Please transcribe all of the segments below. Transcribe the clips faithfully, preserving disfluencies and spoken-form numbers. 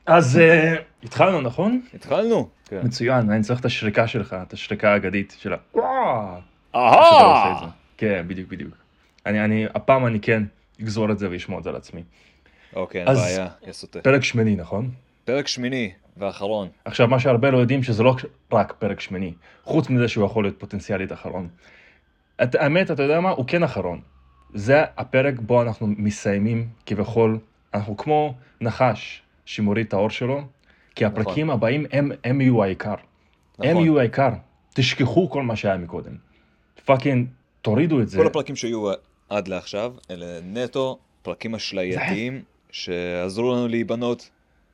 אז אה, התחלנו, נכון? התחלנו? כן. מצוין, אני צריך את השריקה שלך, את השריקה האגדית של ה... וואו! איך שאתה עושה את זה. אהה! כן, בדיוק, בדיוק. אני, אני, הפעם אני כן אגזור את זה ואשמור את זה על עצמי. אוקיי, אין אז בעיה, יסוטה. פרק שמיני, נכון? פרק שמיני ואחרון. עכשיו, מה שהרבה לא יודעים שזה לא רק פרק שמיני, חוץ מזה שהוא יכול להיות פוטנציאלית אחרון. את, האמת, אתה יודע מה? הוא כן אחרון. זה הפרק בו אנחנו מסיימים כביכול, אנחנו כמו נחש שמוריד את האור שלו, כי נכון, הפרקים הבאים הם, הם יהיו העיקר. הם נכון. יהיו העיקר. תשכחו כל מה שהיה מקודם. פאקינג, תורידו את זה. כל הפרקים שהיו עד לעכשיו, אלה נטו פרקים אשלייתיים שעזרו לנו להיבנות.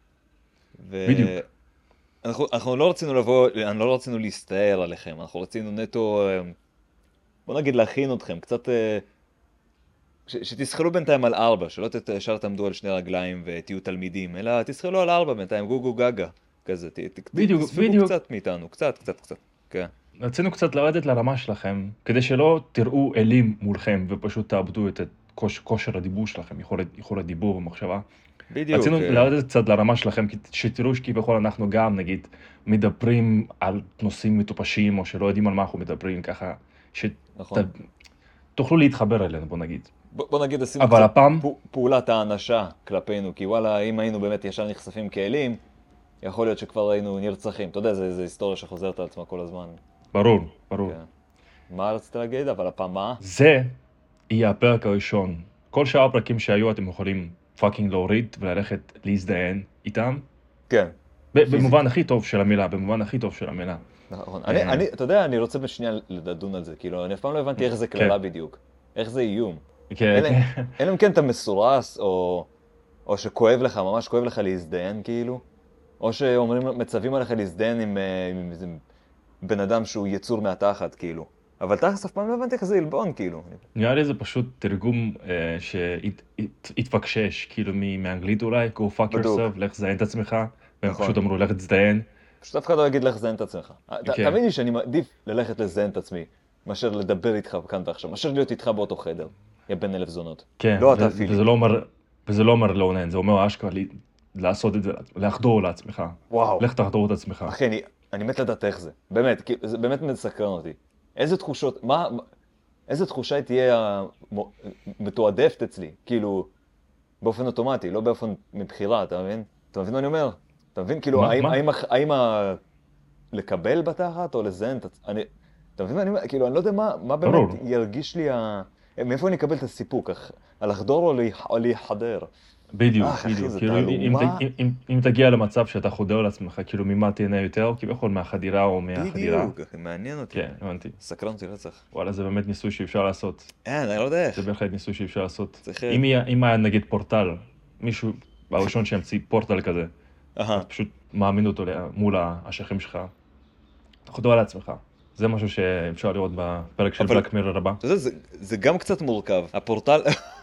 בדיוק. ואנחנו אנחנו לא רצינו לבוא, אנחנו לא רצינו להסתער עליכם, אנחנו רצינו נטו, אה, בוא נגיד להכין אתכם, קצת, אה, ש, שתסחלו בינתיים על ארבע, שלא ת- ישר תעמדו על שני רגליים ותהיו תלמידים, אלא תסחלו על ארבע בינתיים, גוגו גגה, כזה, ת, ת, ת, בדיוק, תספגו בדיוק. קצת מאיתנו, קצת, קצת, קצת, כן. רצינו קצת לרדת לרמה שלכם, כדי שלא תראו אלים מולכם, ופשוט תאבדו את כוש, כושר הדיבור שלכם, יכולת, יכולת דיבור ומחשבה. רצינו בדיוק, אה, לרדת קצת לרמה שלכם, כי- שתראו שכביכול אנחנו גם, נגיד, מדברים על נושאים מטופשים, או שלא יודעים על מה אנחנו מדברים, ככה, נכון. שתוכלו להתחבר אלינו, בוא נגיד. בוא, בוא נגיד עשינו אבל קצת הפעם, פ, פעולת האנשה כלפינו, כי וואלה, אם היינו באמת ישר נחשפים כאלים, יכול להיות שכבר היינו נרצחים. אתה יודע, זו, זו היסטוריה שחוזרת על עצמה כל הזמן. ברור, ברור. כן. מה רצית להגיד? אבל הפעם מה? זה יהיה הפרק הראשון. כל שאר הפרקים שהיו אתם יכולים פאקינג להוריד וללכת להזדיין איתם. כן. ב- פיזית. במובן הכי טוב של המילה, במובן הכי טוב של המילה. נכון. אה, אני, אני, אתה יודע, אני רוצה בשנייה לדון על זה. כאילו, אני אף פעם לא הבנתי איך זה קללה כן, בדיוק. איך זה איום. כן, אלא, כן. אלא אם כן אתה מסורס, או, או שכואב לך, ממש כואב לך להזדיין, כאילו. או שאומרים, מצווים עליך להזדיין עם, אה, עם איזה בן אדם שהוא יצור מהתחת, כאילו. אבל תכלס אף פעם לא הבנתי איך זה עלבון, כאילו. נראה לי זה פשוט תרגום אה, שהתפקשש, כאילו מ- מאנגלית אולי, go fuck בדוק. yourself, לך זיין את עצמך, והם נכון. פשוט אמרו לך תזדיין. פשוט אף אחד לא יגיד לך לזיין את עצמך. ת- כן, תאמין לי שאני מעדיף ללכת לזיין את עצמי, מאשר לדבר איתך כאן ועכשיו, מאשר להיות איתך באותו חדר, יא בן אלף זונות. כן, לא אתה ו- אפילו. וזה לא אומר, וזה לא אומר לאונן, זה אומר אשכרה לי- לעשות את זה, לחדור לעצמך. וואו. לך תחדור את עצמך. אחי, אני, אני מת לדעת איך זה. באמת, כי זה באמת מסקרן אותי. איזה תחושות, מה, מה- איזה תחושה תהיה המו- מתועדפת אצלי? כאילו, באופן אוטומטי, לא באופן מבחירה, אתה מבין? אתה מבין מה אני אומר? אתה מבין? כאילו, מה? האם, מה? האם, האם, האם ה... לקבל בתחת או לזיין את עצ... אני... אתה מבין מה אני אומר? כאילו, אני לא יודע מה, מה באמת ברור. ירגיש לי ה... מאיפה אני אקבל את הסיפוק? אח- הלחדור או להיח- או להיחדר? בדיוק, אך, אחי, בדיוק. זה כאילו, אם, תעלומה. אם, אם, אם תגיע למצב שאתה חודר לעצמך, כאילו ממה תהנה יותר, כביכול מהחדירה או מהחדירה. בדיוק, אחי, מעניין אותי. כן, הבנתי. סקרן אותי רצח. וואלה, זה באמת ניסוי שאפשר לעשות. אין, אני לא יודע זה איך. בהחלט ניסוי שאפשר לעשות. צריך... אם היה, אם היה נגיד פורטל, מישהו הראשון שהמציא פורטל כזה, אהה. אז פשוט מעמיד אותו ל- מול האשכים שלך. אתה חודר לעצמך. זה משהו שאפשר לראות בפרק של אבל- בלק מירר הבא. אתה יודע, זה, זה גם קצת מורכב. הפורטל...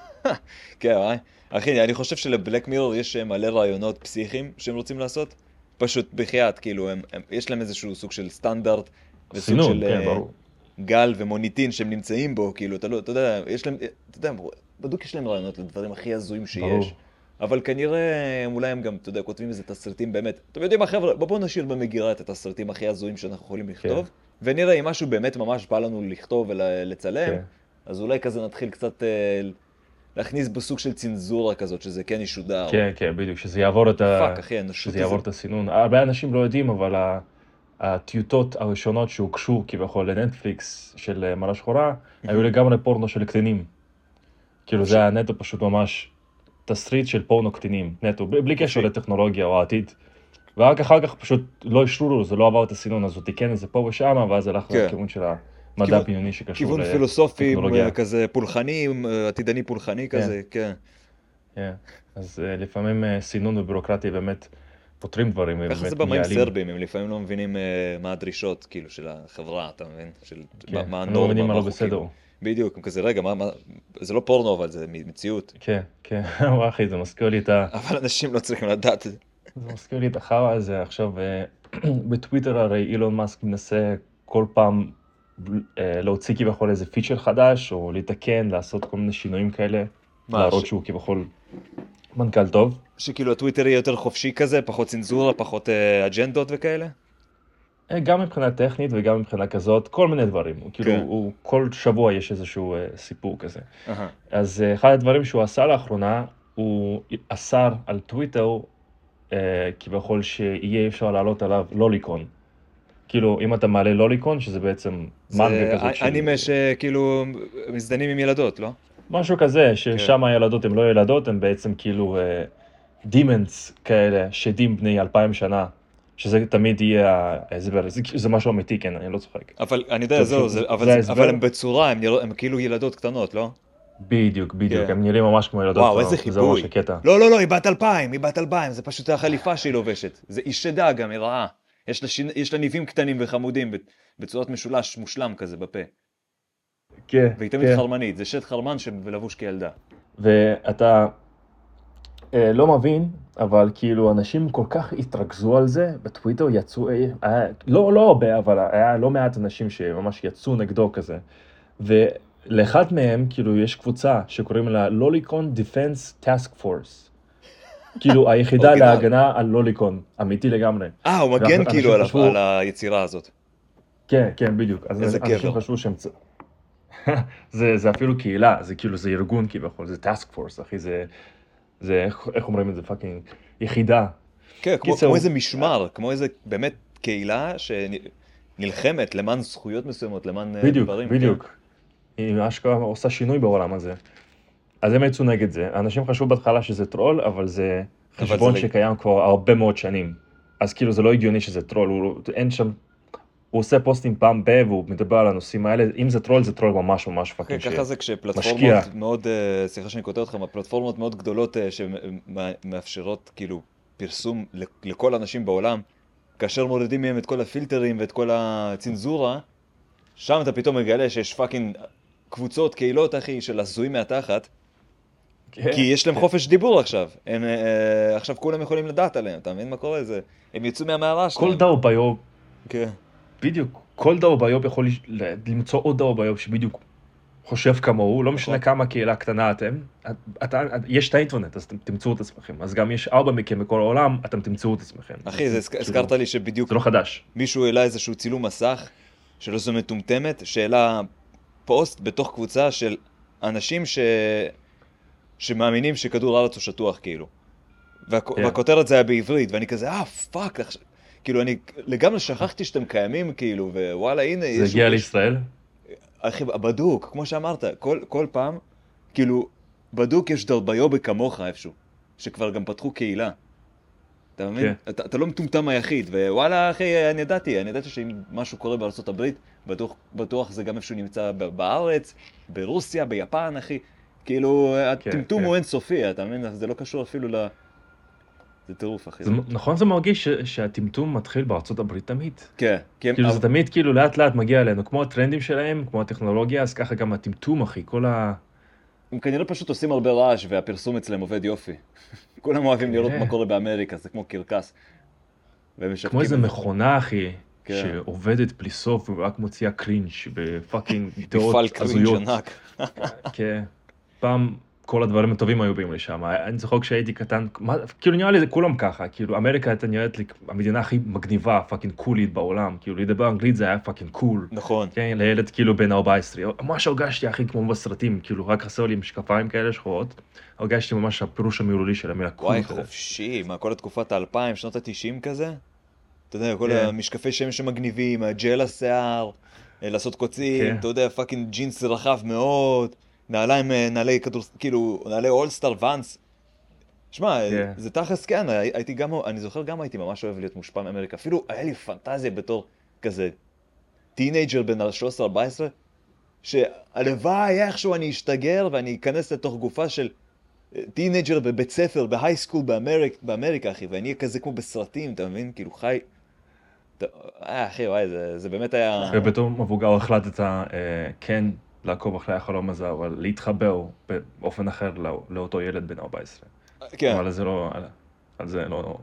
כן, אה? אחי, אני חושב שלבלק מירור יש מלא רעיונות פסיכיים שהם רוצים לעשות. פשוט בחייאת, כאילו, הם, הם, יש להם איזשהו סוג של סטנדרט, וסוג סינון, של כן, אה, ברור. גל ומוניטין שהם נמצאים בו, כאילו, אתה לא, אתה יודע, יש להם, אתה יודע, בדוק יש להם רעיונות לדברים הכי הזויים שיש. ברור. אבל כנראה, אולי הם גם, אתה יודע, כותבים איזה תסריטים באמת. אתם יודעים מה, חבר'ה, בואו נשאיר במגירה את התסריטים הכי הזויים שאנחנו יכולים לכתוב, ונראה אם משהו באמת ממש בא לנו לכתוב ולצלם, כן. אז אולי כזה נתחיל קצת אה, להכניס בסוג של צנזורה כזאת, שזה כן ישודר. כן, כן, בדיוק, שזה יעבור את ה... פאק, אחי, האנושות שזה יעבור הזה. את הסינון. הרבה אנשים לא יודעים, אבל ה- הטיוטות הראשונות שהוגשו כביכול לנטפליקס של אה, מראה שחורה, היו לגמרי פורנו של קטינים. כאילו זה היה נטו פשוט ממש תסריט של פורנו קטינים, נטו, ב- בלי קשר לטכנולוגיה או העתיד. ורק אחר כך פשוט לא אישרו לו, זה לא עבר את הסינון, אז הוא תיקן את זה פה ושם, ואז הלך כן. לכיוון של המדע כיוון- הבדיוני שקשור כיוון פילוסופי, לטכנולוגיה. אה, כזה פולחני, אה, עתידני פולחני כזה, כן. כן. אז אה, לפעמים אה, סינון ובירוקרטיה באמת פותרים דברים, ככה ובאמת זה במאים מייעלים. סרבים, הם לפעמים לא מבינים אה, מה הדרישות, כאילו, של החברה, אתה מבין? של כן, מה- הם מה לא הנורמה, מבינים מה מה לא החוקים. בסדר. בדיוק, הם כזה, רגע, מה, מה, זה לא פורנו, אבל זה מציאות. כן, כן, וואי, אחי, זה מזכיר לי את ה... אבל אנשים לא צריכים לדעת את זה. זה מזכיר לי את החרא הזה עכשיו, אה, בטוויטר הרי אילון מאסק מנסה כל פעם אה, להוציא כביכול איזה פיצ'ר חדש, או לתקן, לעשות כל מיני שינויים כאלה, מה, להראות ש- שהוא כביכול מנכ"ל טוב. שכאילו הטוויטר יהיה יותר חופשי כזה, פחות צנזורה, פחות אה, אג'נדות וכאלה? אה, גם מבחינה טכנית וגם מבחינה כזאת, כל מיני דברים. הוא, כאילו, כן. הוא, כל שבוע יש איזשהו אה, סיפור כזה. אהה. אז אה, אחד הדברים שהוא עשה לאחרונה, הוא אסר על טוויטר, אה, כביכול שיהיה אפשר לעלות עליו לוליקון. כאילו, אם אתה מעלה לוליקון, שזה בעצם מנגה זה כזאת של... אנימה שכאילו מזדנים עם ילדות, לא? משהו כזה, ששם הילדות הן לא ילדות, הן בעצם כאילו דימנס כאלה, שדים בני אלפיים שנה, שזה תמיד יהיה ההסבר, זה, זה משהו אמיתי, כן, אני לא צוחק. אבל אני יודע, זה זהו, פשוט- זה- זה אבל זה- ההסבר? אבל הם בצורה, הם נרא- הם כאילו ילדות קטנות, לא? בדיוק, בדיוק, כן. הם נראים ממש כמו ילדות וואו, קטנות, איזה זה ממש חיפוי. הקטע. לא, לא, לא, היא בת אלפיים, היא בת אלפיים, זה פשוט החליפה שהיא לובשת. זה היא שדה גם, היא רעה. יש לה שיני- יש לה ניבים קטנים וחמודים, בצורת משולש מושלם כזה בפה. כן, והיא תמיד כן. חרמנית, זה שד חרמן שלבוש כילדה. ואתה אה, לא מבין, אבל כאילו אנשים כל כך התרכזו על זה, בטוויטר יצאו, אה, היה, לא, לא הרבה, אבל היה לא מעט אנשים שממש יצאו נגדו כזה. ולאחד מהם, כאילו, יש קבוצה שקוראים לה לוליקון דיפנס טאסק פורס. כאילו, היחידה אורגינל. להגנה על לוליקון, אמיתי לגמרי. אה, הוא מגן ואנשים כאילו על, חשבו- על היצירה הזאת. כן, כן, בדיוק. אז איזה אנשים גבר. חשבו שהם... צ- זה, זה אפילו קהילה, זה כאילו, זה ארגון כביכול, זה טאסק פורס, אחי, זה... זה, איך, איך אומרים את זה, פאקינג יחידה. כן, כמו, קיצר, כמו איזה משמר, כמו איזה באמת קהילה שנלחמת למען זכויות מסוימות, למען אה, בדיוק, דברים. בדיוק. היא אשכרה עושה שינוי בעולם הזה. אז הם יצאו נגד זה. אנשים חשבו בהתחלה שזה טרול, אבל זה אבל חשבון זה- שקיים כבר הרבה מאוד שנים. אז כאילו זה לא הגיוני שזה טרול, הוא, אין שם... הוא עושה פוסטים פעם ב, והוא מדבר על הנושאים האלה. אם זה טרול, זה טרול ממש ממש כן, פאקינג ככה זה כשפלטפורמות משקיע. מאוד, אה, סליחה שאני כותב אתכם, פלטפורמות מאוד גדולות אה, שמאפשרות כאילו פרסום ל- לכל האנשים בעולם, כאשר מורידים מהם את כל הפילטרים ואת כל הצנזורה, שם אתה פתאום מגלה שיש פאקינג קבוצות, קהילות, אחי, של הזויים מהתחת, כי יש להם חופש דיבור עכשיו. הם, אה, עכשיו כולם יכולים לדעת עליהם, אתה מבין מה קורה? זה, הם יצאו מהמערה שלהם. כל דאו ביוב, כן. בדיוק, כל דאו ביוב יכול לש- ל- למצוא עוד דאו ביוב שבדיוק חושב כמוהו, לא משנה נכון. כמה קהילה קטנה אתם, אתה, יש את האינטרנט, אז אתם תמצאו את עצמכם. אז גם יש ארבע מכם בכל העולם, אתם תמצאו את עצמכם. אחי, זה, כאילו, הזכרת לי שבדיוק זה לא חדש. מישהו העלה איזשהו צילום מסך של איזו מטומטמת, שהעלה פוסט בתוך קבוצה של אנשים ש... שמאמינים שכדור הארץ הוא שטוח, כאילו. והכ... כן. והכותרת זה היה בעברית, ואני כזה, אה, פאק, עכשיו... כאילו, אני לגמרי שכחתי שאתם קיימים, כאילו, ווואלה, הנה, זה יש... הגיע יש... לישראל? אחי, בדוק, כמו שאמרת, כל, כל פעם, כאילו, בדוק יש דרביובי כמוך איפשהו, שכבר גם פתחו קהילה. אתה מבין? כן. אתה, אתה לא מטומטם היחיד, ווואלה, אחי, אני ידעתי, אני ידעתי שאם משהו קורה בארצות הברית, בטוח, בטוח זה גם איפשהו נמצא ב- בארץ, ברוסיה, ביפן, אחי. כאילו, הטמטום כן. הוא אינסופי, אתה מבין? זה לא קשור אפילו ל... זה טירוף, אחי. זה, נכון זה מרגיש ש, שהטמטום מתחיל בארצות הברית תמיד. כן, כי הם... כאילו זה תמיד כאילו לאט לאט מגיע אלינו, כמו הטרנדים שלהם, כמו הטכנולוגיה, אז ככה גם הטמטום אחי, כל ה... הם כנראה פשוט עושים הרבה רעש, והפרסום אצלם עובד יופי. כולם אוהבים לראות מה קורה באמריקה, זה כמו קרקס. והם משווקים כמו איזה את זה. מכונה אחי, כן. שעובדת בלי סוף ורק מוציאה קרינג' בפאקינג דעות מפעל קרינג' הזויות. ענק. כן. פעם כל הדברים הטובים היו באים לשם. אני זוכר כשהייתי קטן, מה, כאילו נראה לי זה כולם ככה, כאילו אמריקה הייתה נראית לי המדינה הכי מגניבה, פאקינג קולית בעולם, כאילו לדבר אנגלית זה היה פאקינג קול. נכון. כן, לילד כאילו בן ארבע עשרה, ממש הרגשתי הכי כמו בסרטים, כאילו רק חסר לי משקפיים כאלה שחורות, הרגשתי ממש הפירוש המילולי של המילה קול. וואי, כזה. חופשי, מה, כל התקופת האלפיים, שנות התשעים כזה? אתה יודע, כל כן. המשקפי שמש המגניבים, הג'ל השיער, אה, לעשות קוצים, כן. אתה יודע, פאקינג ג'ינס רחב מאוד, נעליים, אה, נעלי כדור, כאילו, נעלי אולסטאר ואנס. שמע, כן. זה תכלס כן, הי- הייתי גם, אני זוכר גם הייתי ממש אוהב להיות מושפע מאמריקה, אפילו היה לי פנטזיה בתור כזה טינג'ר בן שלוש עשרה ארבע עשרה, שהלוואי איכשהו אני אשתגר ואני אכנס לתוך גופה של אה, טינג'ר בבית ספר, בהייסקול באמריק, באמריקה, אחי, ואני אהיה כזה כמו בסרטים, אתה מבין? כאילו חי... אתה- אה, אחי, וואי, זה, זה באמת היה... ובתור מבוגר החלטת אה, כן לעקוב אחרי החלום הזה, אבל להתחבר באופן אחר לא, לאותו ילד בן ארבע עשרה. כן, אבל זה לא, על, על זה לא,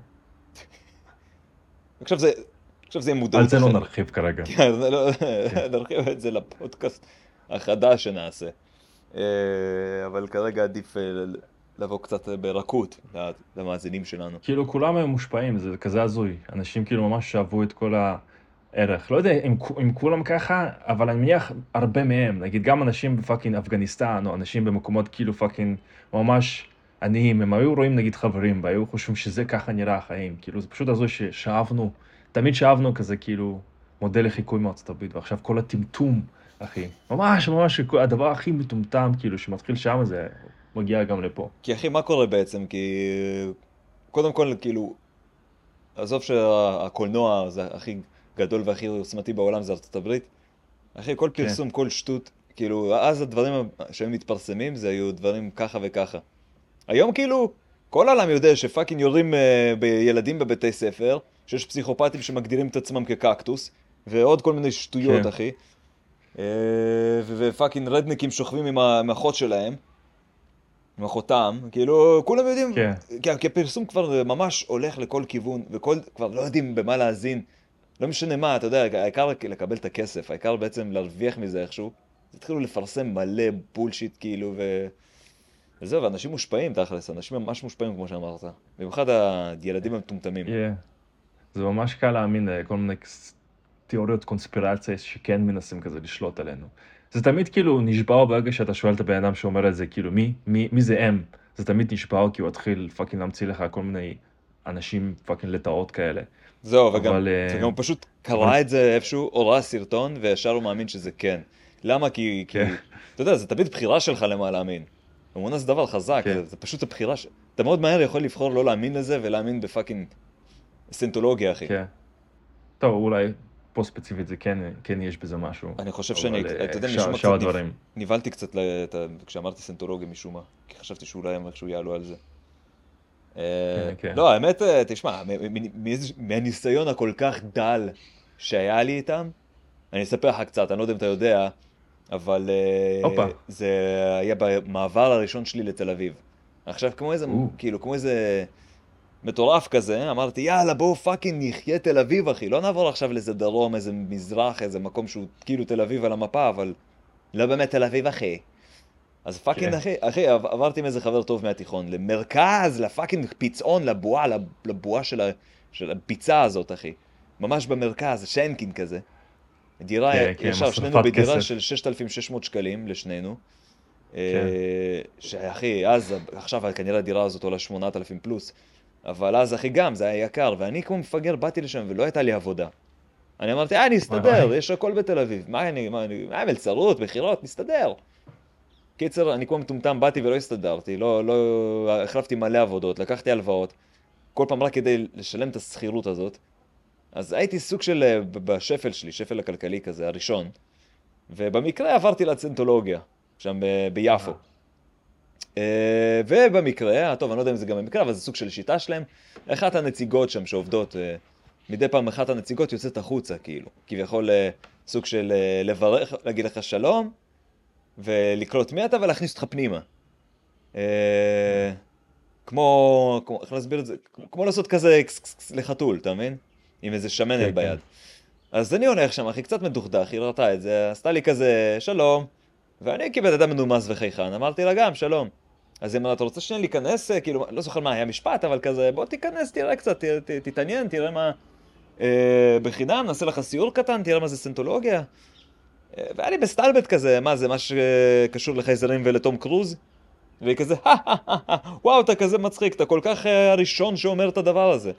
עכשיו זה... עכשיו זה יהיה מודעות על זה לא אחרת. נרחיב כרגע. כן, זה לא... נרחיב את זה לפודקאסט החדש שנעשה. אה, אבל כרגע עדיף אה, לבוא קצת ברכות למאזינים שלנו. כאילו כולם הם מושפעים, זה כזה הזוי. אנשים כאילו ממש שאהבו את כל הערך. לא יודע אם, אם כולם ככה, אבל אני מניח הרבה מהם. נגיד גם אנשים בפאקינג אפגניסטן, או אנשים במקומות כאילו פאקינג ממש עניים, הם היו רואים נגיד חברים, והיו חושבים שזה ככה נראה החיים. כאילו זה פשוט הזוי ששאבנו, תמיד שאבנו כזה כאילו מודל לחיקוי מארצות הברית, ועכשיו כל הטמטום, אחי. ממש ממש הדבר הכי מטומטם כאילו שמתחיל שם זה מגיע גם לפה. כי אחי, מה קורה בעצם? כי קודם כל, כאילו, עזוב שהקולנוע זה הכי גדול והכי עוצמתי בעולם, זה ארצות הברית. אחי, כל פרסום, כל שטות, כאילו, אז הדברים שהם מתפרסמים, זה היו דברים ככה וככה. היום כאילו, כל העולם יודע שפאקינג יורים uh, בילדים בבתי ספר, שיש פסיכופטים שמגדירים את עצמם כקקטוס, ועוד כל מיני שטויות, כן. אחי. Uh, ופאקינג רדניקים שוכבים עם האחות שלהם. עם אחותם, כאילו, כולם יודעים, כן. כי, כי הפרסום כבר ממש הולך לכל כיוון, וכל, כבר לא יודעים במה להאזין, לא משנה מה, אתה יודע, העיקר לקבל את הכסף, העיקר בעצם להרוויח מזה איכשהו, אז התחילו לפרסם מלא בולשיט, כאילו, ו... וזהו, ואנשים מושפעים, תכלס, אנשים ממש מושפעים, כמו שאמרת, במיוחד הילדים המטומטמים. Yeah. זה ממש קל להאמין כל מיני תיאוריות קונספירציה שכן מנסים כזה לשלוט עלינו. זה תמיד כאילו נשבר ברגע שאתה שואל את הבן אדם שאומר את זה, כאילו מי, מי, מי זה הם? זה תמיד נשבר כי הוא התחיל פאקינג להמציא לך כל מיני אנשים פאקינג לטאות כאלה. זהו, וגם, אבל, וגם הוא פשוט קרא אבל... את זה איפשהו, או ראה סרטון, וישר הוא מאמין שזה כן. למה? כי, כי כן. אתה יודע, זה תמיד בחירה שלך למה להאמין. אמונה זה דבר חזק, כן. זה, זה פשוט הבחירה ש... אתה מאוד מהר יכול לבחור לא להאמין לזה, ולהאמין בפאקינג סינטולוגיה, אחי. כן. טוב, אולי פה ספציפית זה כן, כן יש בזה משהו. אני חושב שאני, אבל, אתה יודע, ש- משום מה שאר קצת הדברים. נבלתי קצת לת... כשאמרתי סינטולוגיה משום מה, כי חשבתי שאולי הם איכשהו יעלו על זה. אה, כן. לא, האמת, אה, תשמע, מ- מ- מאיזה- מהניסיון הכל כך דל שהיה לי איתם, אני אספר לך קצת, אני לא יודע אם אתה יודע, אבל אה, הופה. זה היה במעבר הראשון שלי לתל אביב. עכשיו, כמו איזה, או. כאילו, כמו איזה מטורף כזה, אמרתי, יאללה, בואו פאקינג נחיה תל אביב, אחי. לא נעבור עכשיו לאיזה דרום, איזה מזרח, איזה מקום שהוא כאילו תל אביב על המפה, אבל לא באמת תל אביב, אחי. אז פאקינג, כן. אחי, אחי, עב- עברתי עם איזה חבר טוב מהתיכון, למרכז, לפאקינג פיצעון, לבועה, לב- לבועה של, ה, של הפיצה הזאת, אחי. ממש במרכז, שיינקין כזה. דירה, כן, כן, ישר, שנינו משרפת בדירה כסף. של ששת אלפים ושש מאות שקלים לשנינו. כן. אה, שאחי, אז, עכשיו כנראה הדירה הזאת עולה שמונת אלפים פלוס. אבל אז, אחי, גם, זה היה יקר, ואני כמו מפגר באתי לשם ולא הייתה לי עבודה. אני אמרתי, אה, אני אסתדר, וואי. יש הכל בתל אביב. מה אני, מה אני, מה, מלצרות, בחירות, נסתדר. קיצר, אני כמו מטומטם באתי ולא הסתדרתי, לא, לא, החלפתי מלא עבודות, לקחתי הלוואות, כל פעם רק כדי לשלם את השכירות הזאת. אז הייתי סוג של, אה, ב- בשפל שלי, שפל הכלכלי כזה, הראשון. ובמקרה עברתי לצנטולוגיה, שם ב- ביפו. אה, ובמקרה, אה, טוב, אני לא יודע אם זה גם במקרה, אבל זה סוג של שיטה שלהם. אחת הנציגות שם שעובדות, אה, מדי פעם אחת הנציגות יוצאת החוצה, כאילו. כביכול אה, סוג של אה, לברך, להגיד לך שלום, ולקלוט מי אתה ולהכניס אותך פנימה. אה, כמו, כמו, איך להסביר את זה? כמו לעשות כזה קס, קס, קס, לחתול, אתה מבין? עם איזה שמנת כן, ביד. אז אני הולך שם, אחי, קצת מדוכדך, היא ראתה את זה, עשתה לי כזה שלום, ואני כבן אדם מנומס וחייכן, אמרתי לה גם שלום. אז היא אמרה, אתה רוצה שנייה להיכנס, כאילו, לא זוכר מה היה משפט, אבל כזה, בוא תיכנס, תראה קצת, ת, ת, תתעניין, תראה מה... אה, בחינם, נעשה לך סיור קטן, תראה מה זה סנטולוגיה. אה, והיה לי בסטלבט כזה, מה זה, מה שקשור לחייזרים ולתום קרוז? והיא כזה, וואו, אתה כזה מצחיק, אתה כל כך אה, הראשון שאומר את הדבר הזה.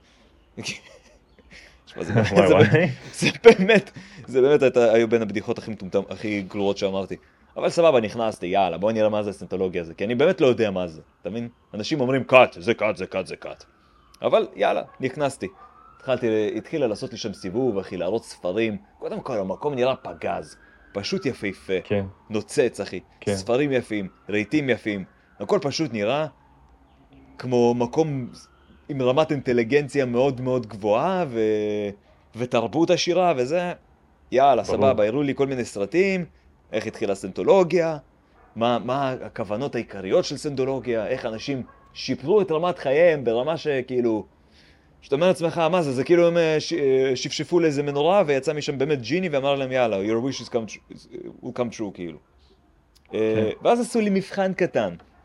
תשמע, זה באמת, וואי זה וואי. באמת, זה באמת, זה באמת הייתה- היו בין הבדיחות הכי מטומטם, הכי גרועות שאמרתי. אבל סבבה, נכנסתי, יאללה, בוא נראה מה זה הסנטולוגיה הזה, כי אני באמת לא יודע מה זה, אתה מבין? אנשים אומרים קאט, זה קאט, זה קאט, זה קאט. אבל יאללה, נכנסתי. התחלתי, התחילה לעשות לי שם סיבוב, אחי, להראות ספרים. קודם כל, המקום נראה פגז, פשוט יפהפה, כן. נוצץ, אחי. כן. ספרים יפים, רהיטים יפים, הכל פשוט נראה כמו מקום עם רמת אינטליגנציה מאוד מאוד גבוהה ו... ותרבות עשירה וזה. יאללה, ברור. סבבה, הראו לי כל מיני סרטים, איך התחילה סנטולוגיה, מה, מה הכוונות העיקריות של סנטולוגיה, איך אנשים שיפרו את רמת חייהם ברמה שכאילו, שאתה אומר לעצמך, מה זה, זה כאילו הם אה, ש... אה, שפשפו לאיזה מנורה ויצא משם באמת ג'יני ואמר להם יאללה, your wish is come true, will come true כאילו. אה, ואז עשו לי מבחן קטן.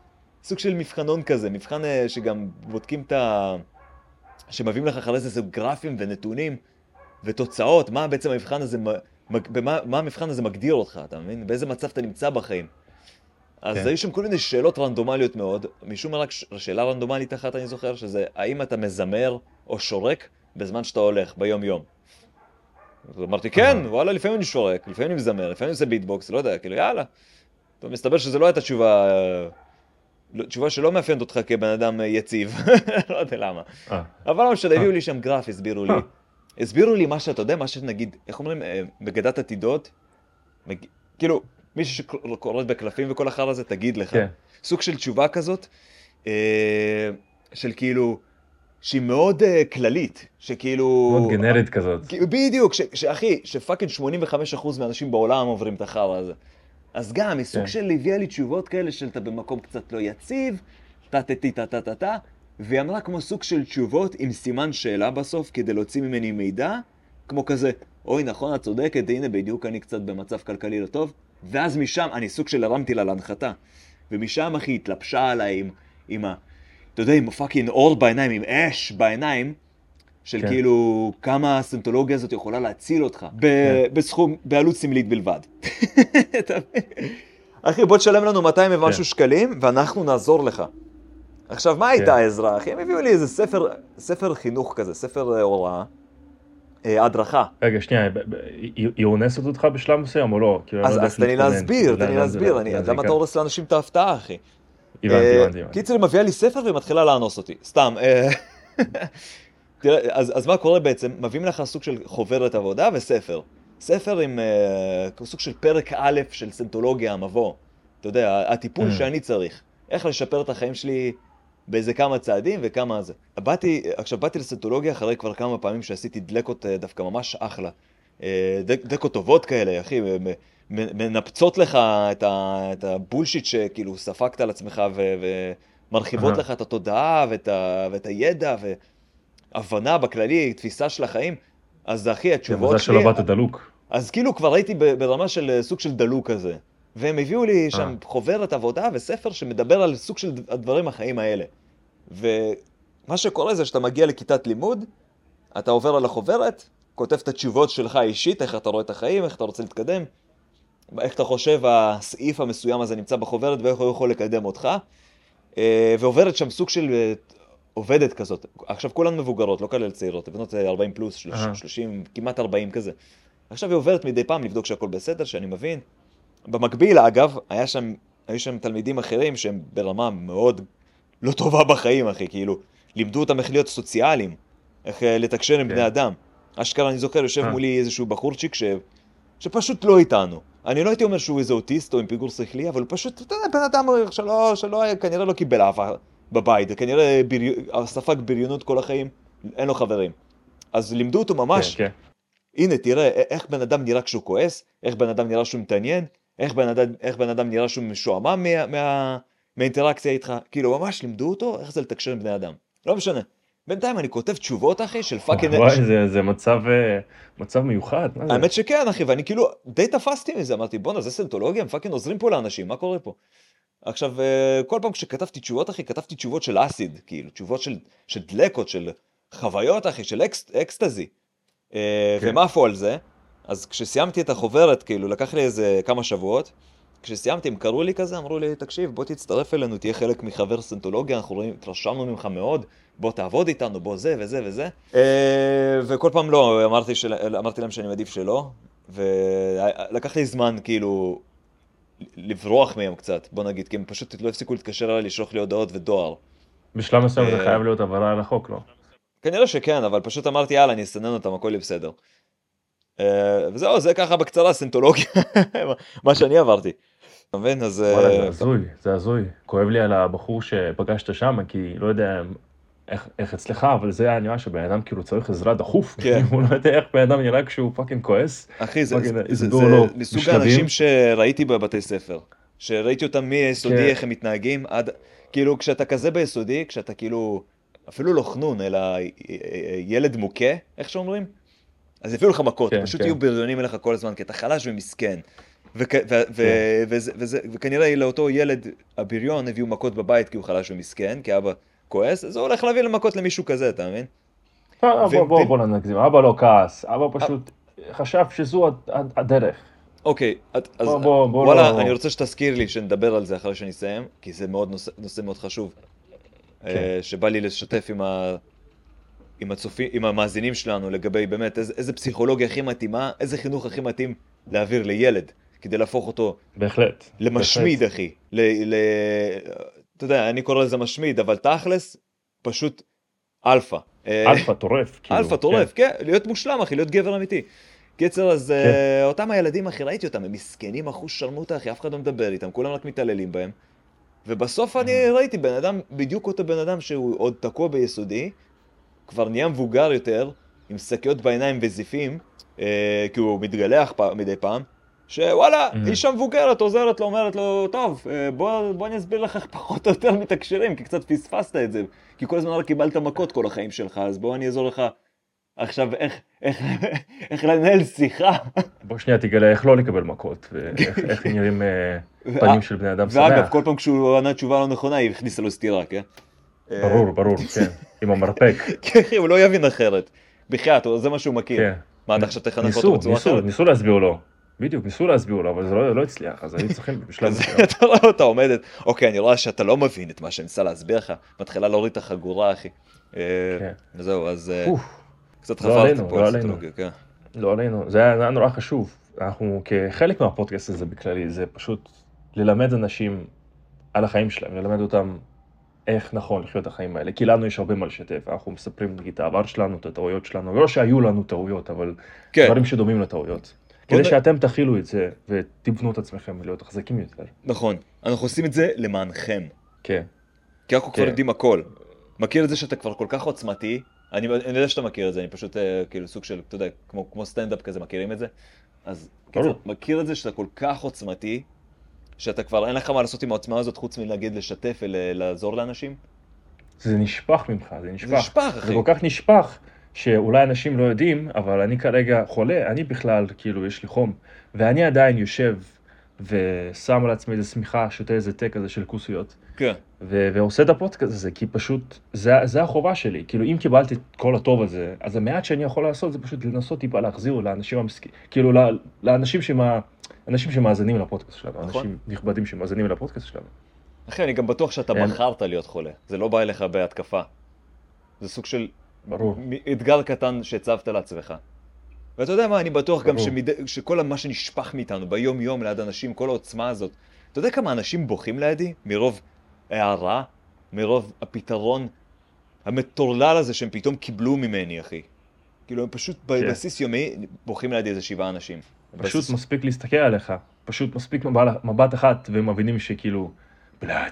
סוג של מבחנון כזה, מבחן אה, שגם בודקים את ה... שמביאים לך אחרי זה גרפים ונתונים ותוצאות, מה בעצם המבחן הזה, מג... במה, מה המבחן הזה מגדיר אותך, אתה מבין? באיזה מצב אתה נמצא בחיים. אז כן. היו שם כל מיני שאלות רנדומליות מאוד, משום מה רק ש- שאלה רנדומלית אחת אני זוכר, שזה האם אתה מזמר או שורק בזמן שאתה הולך, ביום יום. אז אמרתי, כן, אהה. וואלה, לפעמים אני שורק, לפעמים אני מזמר, לפעמים אני עושה ביטבוקס, לא יודע, כאילו, יאללה. טוב, מסתבר שזה לא הייתה תשובה, אה, לא- תשובה שלא מאפיינת אותך כבן אדם אה, יציב, לא יודע למה. אה. אבל לא משנה, אה. הביאו לי שם גרף, הסבירו לי. אה. הסבירו לי מה שאתה יודע, מה שנגיד, איך אומרים, אה, מגדת עתידות, מג... כאילו, מישהו שקורא בקלפים וכל אחר הזה, תגיד לך. כן. סוג של תשובה כזאת, אה, של כאילו, שהיא מאוד אה, כללית, שכאילו... מאוד גנרית כזאת. כי- בדיוק, ש- שאחי, שפאקינג שמונים וחמישה אחוז מהאנשים בעולם עוברים את החרא הזה. אז גם, היא סוג כן. של הביאה לי תשובות כאלה של אתה במקום קצת לא יציב, טה-טה-טי, טה-טה-טה-טה, והיא אמרה כמו סוג של תשובות עם סימן שאלה בסוף, כדי להוציא ממני מידע, כמו כזה, אוי נכון, את צודקת, הנה בדיוק אני קצת במצב כלכלי לא טוב, ואז משם, אני סוג של הרמתי לה להנחתה, ומשם אחי התלבשה עליי עם, עם ה... אתה יודע, עם פאקינג אור בעיניים, עם אש בעיניים, של כן. כאילו כמה הסנטולוגיה הזאת יכולה להציל אותך, ב- כן. בסכום, בעלות סמלית בלבד. אתה מבין? אחי, בוא תשלם לנו מאתיים ומשהו שקלים, ואנחנו נעזור לך. עכשיו, מה הייתה העזרה, אחי? הם הביאו לי איזה ספר, ספר חינוך כזה, ספר אה, הוראה, אה, הדרכה. רגע, שנייה, ב- ב- היא היא אונסת אותך בשלב מסוים או לא? כאילו, אני אז לא יודע אז איך תן לי להתכונן, להסביר, כאילו, תן לי לאן זה- להסביר, אני- לאן זה למה אתה ייקח. הורס לאנשים את ההפתעה, אחי? הבנתי, אה, הבנתי, הבנתי. קיצר, היא מביאה לי ספר והיא מתחילה לאנוס אותי, סתם. אה, תראה, אז, אז מה קורה בעצם? מביאים לך סוג של חוברת עבודה וספר. ספר עם uh, סוג של פרק א' של סנטולוגיה, המבוא. אתה יודע, הטיפול Mm. שאני צריך. איך לשפר את החיים שלי באיזה כמה צעדים וכמה זה. באתי, עכשיו באתי לסנטולוגיה אחרי כבר כמה פעמים שעשיתי דלקות uh, דווקא ממש אחלה. Uh, דק, דקות טובות כאלה, אחי, מ- מ- מנפצות לך את, ה, את הבולשיט שכאילו ספקת על עצמך ו, ומרחיבות אהה. לך את התודעה ואת, ה, ואת הידע ו... הבנה בכללי, תפיסה של החיים, אז אחי, זה התשובות מזל שלי, שלא באת דלוק. אז כאילו כבר הייתי ב- ברמה של אה, סוג של דלוק כזה, והם הביאו לי שם אה. חוברת עבודה וספר שמדבר על סוג של הדברים החיים האלה. ומה שקורה זה שאתה מגיע לכיתת לימוד, אתה עובר על החוברת, כותב את התשובות שלך אישית, איך אתה רואה את החיים, איך אתה רוצה להתקדם, איך אתה חושב הסעיף המסוים הזה נמצא בחוברת ואיך הוא יכול לקדם אותך, אה, ועוברת שם סוג של אה, עובדת כזאת. עכשיו כולן מבוגרות, לא כאלה צעירות, בנות ארבעים פלוס, שלושים, אהה. שלושים, כמעט ארבעים כזה. עכשיו היא עוברת מדי פעם לבדוק שהכל בסדר, שאני מבין. במקביל, אגב, היה שם, היו שם תלמידים אחרים שהם ברמה מאוד לא טובה בחיים, אחי, כאילו, לימדו אותם איך להיות סוציאליים, איך אה, לתקשר עם כן. בני אדם. אשכרה, אני זוכר, יושב אה. מולי איזשהו בחורצ'יק ש... שפשוט לא איתנו. אני לא הייתי אומר שהוא איזה אוטיסט או עם פיגור שכלי, אבל הוא פשוט, אתה יודע, בן אדם שלא, שלא, כנראה לא קיבל אהבה בבית, כנראה ברי... ספג בריונות כל החיים, אין לו חברים. אז לימדו אותו ממש, כן, כן. הנה, תראה איך בן אדם נראה כשהוא כועס, איך בן אדם נראה שהוא מתעניין, איך בן אדם, איך בן אדם נראה שהוא משועמם מה, מה, מהאינטראקציה איתך, כאילו ממש לימדו אותו איך זה לתקשר עם בני אדם. לא משנה. בינתיים אני כותב תשובות, אחי, של פאקינג... וואי, זה- זה מצב אה, מצב מיוחד. מה זה? האמת שכן, אחי, ואני כאילו די תפסתי מזה, אמרתי, בואנה, זה סנטולוגיה, הם פאקינג עוזרים פה לאנשים, מה קורה פה? עכשיו, אה, כל פעם כשכתבתי תשובות, אחי, כתבתי תשובות של אסיד, כאילו, תשובות של, של דלקות, של חוויות, אחי, של אקס, אקסטזי. אה, כן. ומה עפו על זה? אז כשסיימתי את החוברת, כאילו, לקח לי איזה כמה שבועות, כשסיימתי, הם קראו לי כזה, אמרו לי, תקשיב, בוא תצטרף אלינו, תהיה חלק מחבר סנטולוגיה, אנחנו רואים, התרשמנו ממך מאוד, בוא תעבוד איתנו, בוא זה וזה וזה. אה, וכל פעם לא, אמרתי, של... אמרתי להם שאני מעדיף שלא, ולקח לי זמן, כאילו, לברוח מהם קצת, בוא נגיד, כי הם פשוט לא הפסיקו להתקשר אליי, לשלוח לי הודעות ודואר. בשלב מסוים זה אה, חייב להיות עבירה על החוק, לא? כנראה שכן, אבל פשוט אמרתי, יאללה, אני אסנן אותם, הכל יהיה בסדר. אה, וזהו, זה ככה בקצרה, סנטולוגיה, מה שאני עברתי. אתה מבין? אז... אה, וואלה, זה הזוי, זה הזוי. כואב לי על הבחור שפגשת שם, כי לא יודע איך, איך אצלך, אבל זה היה נראה שבן אדם כאילו צריך עזרה דחוף. כן. הוא לא יודע איך בן אדם נראה כשהוא פאקינג כועס. אחי, זה, פאקינג זה, זה, הסבירו זה לו מסוג בשלבים. האנשים שראיתי בבתי ספר. שראיתי אותם מיסודי, כן. איך הם מתנהגים, עד... כאילו, כשאתה כזה ביסודי, כשאתה כאילו... אפילו לא חנון, אלא ילד מוכה, איך שאומרים? אז יביאו לך מכות, כן, פשוט כן. יהיו בריונים אליך כל הזמן, כי אתה חלש ומסכן. וכ- ו- ו- וזה- וזה- וכנראה לאותו ילד הבריון הביאו מכות בבית כי הוא חלש ומסכן, כי אבא כועס, אז הוא הולך להביא למכות למישהו כזה, אתה מבין? אה, בוא, ו- בוא, ו- בוא לא נגזים, אבא לא כעס, אבא פשוט חשב שזו הד- הד- הדרך. אוקיי, את- אז בוא, בוא, בוא וואלה, לא... אני רוצה שתזכיר לי שנדבר על זה אחרי שאני אסיים, כי זה מאוד נושא, נושא מאוד חשוב, אה, שבא לי לשתף עם ה... עם הצופים, עם המאזינים שלנו לגבי באמת איזה, איזה פסיכולוגיה הכי מתאימה, איזה חינוך הכי מתאים להעביר לילד, כדי להפוך אותו בהחלט. למשמיד, בהחלט. אחי. ל, ל, אתה יודע, אני קורא לזה משמיד, אבל תכלס, פשוט אלפא. אה, אלפא טורף. כאילו, אלפא טורף, כן, להיות מושלם, אחי, להיות גבר אמיתי. קיצר, אז כן. אה, אותם הילדים, אחי, ראיתי אותם, הם מסכנים, אחוז שרמוטה, אחי, אף אחד לא מדבר איתם, כולם רק מתעללים בהם. ובסוף אני ראיתי בן אדם, בדיוק אותו בן אדם שהוא עוד תקוע ביסודי, כבר נהיה מבוגר יותר, עם שקיות בעיניים וזיפים, אה, כי הוא מתגלח פ... מדי פעם, שוואלה, Mhm. אישה מבוגרת עוזרת לו, אומרת לו, טוב, אה, בוא, בוא אני אסביר לך איך פחות או יותר מתקשרים, כי קצת פספסת את זה, כי כל הזמן רק קיבלת מכות כל החיים שלך, אז בוא אני אעזור לך עכשיו איך, איך, איך לנהל שיחה. בוא שנייה תגלה איך לא לקבל מכות, ואיך איך נראים אה, פנים של בני אדם ואגב, שמח. כל פעם כשהוא ענה תשובה לא נכונה, היא הכניסה לו סתירה, כן? ברור, ברור, כן. עם המרפק. כן, אחי, הוא לא יבין אחרת. בחייאת, זה מה שהוא מכיר. כן. מה, אתה עכשיו תחנך ניסו, אותו בצורה ניסו, אחרת? ניסו להסביר לו. בדיוק, ניסו להסביר לו, אבל זה לא לא הצליח, אז היו צריכים בשלב אז מסוים. אתה רואה אותה עומדת, אוקיי, אני רואה שאתה לא מבין את מה שאני מנסה להסביר לך, מתחילה להוריד את החגורה, אחי. אה, כן. וזהו, אז אה, אוף, קצת לא חפרתי עלינו, פה לא על עלינו. סוציולוגיה, כן. לא עלינו, זה היה זה היה נורא חשוב. אנחנו כחלק מהפודקאסט הזה בכללי, זה פשוט ללמד אנשים על החיים שלהם, ללמד אותם איך נכון לחיות את החיים האלה, כי לנו יש הרבה מה לשתף, אנחנו מספרים נגיד את העבר שלנו, את הטעויות שלנו, ולא שהיו לנו טעויות, אבל כן. דברים שדומים לטעויות. בוא כדי נ- שאתם תכילו את זה ותבנו את עצמכם להיות חזקים יותר. נכון, אנחנו עושים את זה למענכם, כן. כי אנחנו כבר כן. יודעים הכל. מכיר את זה שאתה כבר כל כך עוצמתי, אני אני יודע שאתה מכיר את זה, אני פשוט אה, כאילו סוג של, אתה יודע, כמו כמו סטנדאפ כזה, מכירים את זה? אז קיצר, ברור. מכיר את זה שאתה כל כך עוצמתי, שאתה כבר אין לך מה לעשות עם העוצמה הזאת חוץ מלהגיד לשתף ולעזור לאנשים? זה נשפך ממך, זה נשפך. זה נשפך, אחי. זה כל כך נשפך, שאולי אנשים לא יודעים, אבל אני כרגע חולה, אני בכלל, כאילו, יש לי חום, ואני עדיין יושב ושם על עצמי איזה שמיכה, שותה איזה תה כזה של כוסיות, כן. ו- ועושה את הפודקאסט הזה, כי פשוט, זה, זה החובה שלי. כאילו, אם קיבלתי את כל הטוב הזה, אז המעט שאני יכול לעשות זה פשוט לנסות טיפה להחזיר לאנשים המסכים, כאילו, לא- לאנשים שמה, אנשים שמאזינים לפודקאסט שלנו, נכון. אנשים נכבדים שמאזינים לפודקאסט שלנו. אחי, אני גם בטוח שאתה כן. בחרת להיות חולה. זה לא בא אליך בהתקפה. זה סוג של ברור. מ- אתגר קטן שהצבת לעצמך. ואתה יודע מה, אני בטוח גם ברור. שמד... שכל מה שנשפך מאיתנו ביום יום ליד אנשים, כל העוצמה הזאת, אתה יודע כמה אנשים בוכים לידי? מרוב הערה, מרוב הפתרון המטורלל הזה שהם פתאום קיבלו ממני, אחי. כאילו, הם פשוט בבסיס יומי בוכים לידי איזה שבעה אנשים. פשוט בסיס- מספיק להסתכל עליך, פשוט מספיק מבט, מבט אחת, והם מבינים שכאילו, בלעד,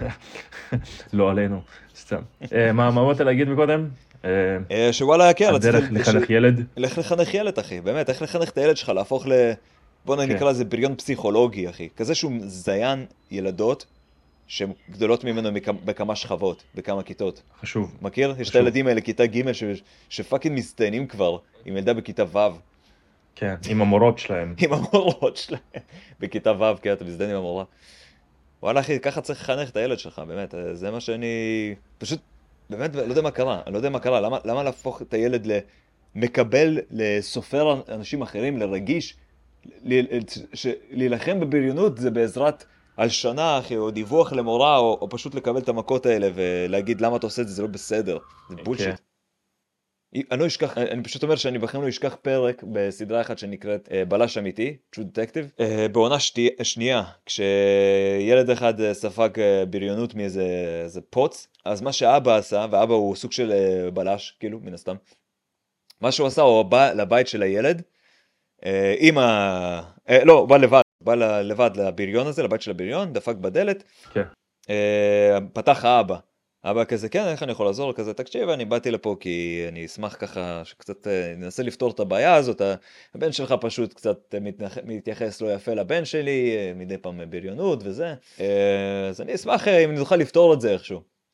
לא עלינו, סתם. אה, מה מה אמרת להגיד מקודם? אה, אה, שוואלה, כן, הדרך רציתי- לחנך ילד? לך לחנך ילד, אחי, באמת, איך לחנך את הילד שלך, להפוך ל... בוא כן. נקרא לזה בריון פסיכולוגי, אחי. כזה שהוא זיין ילדות שהן גדולות ממנו מכ- בכמה שכבות, בכמה כיתות. חשוב. מכיר? יש את חשוב. הילדים האלה, כיתה ג' ש... שפאקינג מסתיינים כבר, עם ילדה בכיתה ו', כן, עם המורות שלהם. עם המורות שלהם, בכיתה ו', כן, אתה מזדיין עם המורה. וואלה, אחי, ככה צריך לחנך את הילד שלך, באמת, זה מה שאני... פשוט, באמת, לא יודע מה קרה, אני לא יודע מה קרה, למה, למה להפוך את הילד למקבל, לסופר אנשים אחרים, לרגיש, ל- ש- להילחם בבריונות זה בעזרת הלשנה, אחי, או דיווח למורה, או, או פשוט לקבל את המכות האלה ולהגיד למה אתה עושה את זה, זה לא בסדר, זה בולשיט. כן. אני לא אשכח, אני פשוט אומר שאני בחיים לא אשכח פרק בסדרה אחת שנקראת אה, בלש אמיתי, פשוט דטקטיב, אה, בעונה שתי, שנייה, כשילד אחד אה, ספג אה, בריונות מאיזה איזה פוץ, אז מה שאבא עשה, ואבא הוא סוג של אה, בלש, כאילו, מן הסתם, מה שהוא עשה, הוא בא לבית של הילד, אה, עם ה... אה, לא, הוא בא לבד, בא ל- לבד לבריון הזה, לבית של הבריון, דפק בדלת, כן. אה, פתח האבא. האבא כזה, כן, איך אני יכול לעזור? כזה, תקשיב, אני באתי לפה כי אני אשמח ככה שקצת אה, ננסה לפתור את הבעיה הזאת. הבן שלך פשוט קצת אה, מתנח... מתייחס לא יפה לבן שלי, אה, מדי פעם בריונות וזה. אה, אז אני אשמח אה, אם נוכל לפתור את זה איכשהו.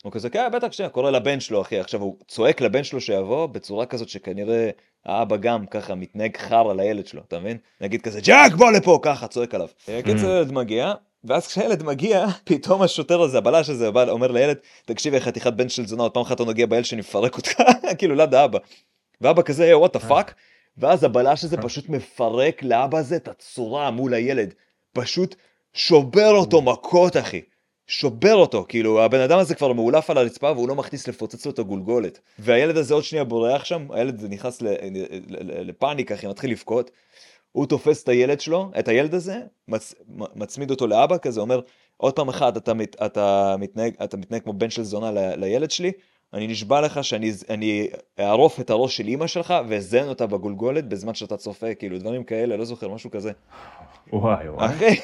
הוא כזה, כן, בטח שנייה, קורא לבן שלו, אחי, עכשיו הוא צועק לבן שלו שיבוא, בצורה כזאת שכנראה האבא גם ככה מתנהג חר על הילד שלו, אתה מבין? נגיד כזה, ג'אק בוא לפה, ככה, צועק עליו. קיצר ילד מגיע, ואז כשהילד מגיע, פתאום השוטר הזה, הבלש הזה, בא, אומר לילד, תקשיב, איך חתיכת בן של זונה, עוד פעם אחת הוא נגיע בילד שנפרק אותך, כאילו, ליד האבא. ואבא כזה, what the fuck? ואז הבלש הזה פשוט מפרק לאבא הזה את הצורה מול הילד. פשוט שובר אותו מכות, אחי. שובר אותו, כאילו, הבן אדם הזה כבר מאולף על הרצפה, והוא לא מכניס לפוצץ לו את הגולגולת. והילד הזה עוד שנייה בורח שם, הילד נכנס לפאניקה, אחי, מתחיל לבכות. הוא תופס את הילד שלו, את הילד הזה, מצ, מצמיד אותו לאבא, כזה אומר, עוד פעם אחת, אתה, מת, אתה, מתנהג, אתה מתנהג כמו בן של זונה ל, לילד שלי, אני נשבע לך שאני אני אערוף את הראש של אמא שלך, ואזן אותה בגולגולת בזמן שאתה צופה, כאילו, דברים כאלה, לא זוכר, משהו כזה. וואי וואי. אחי,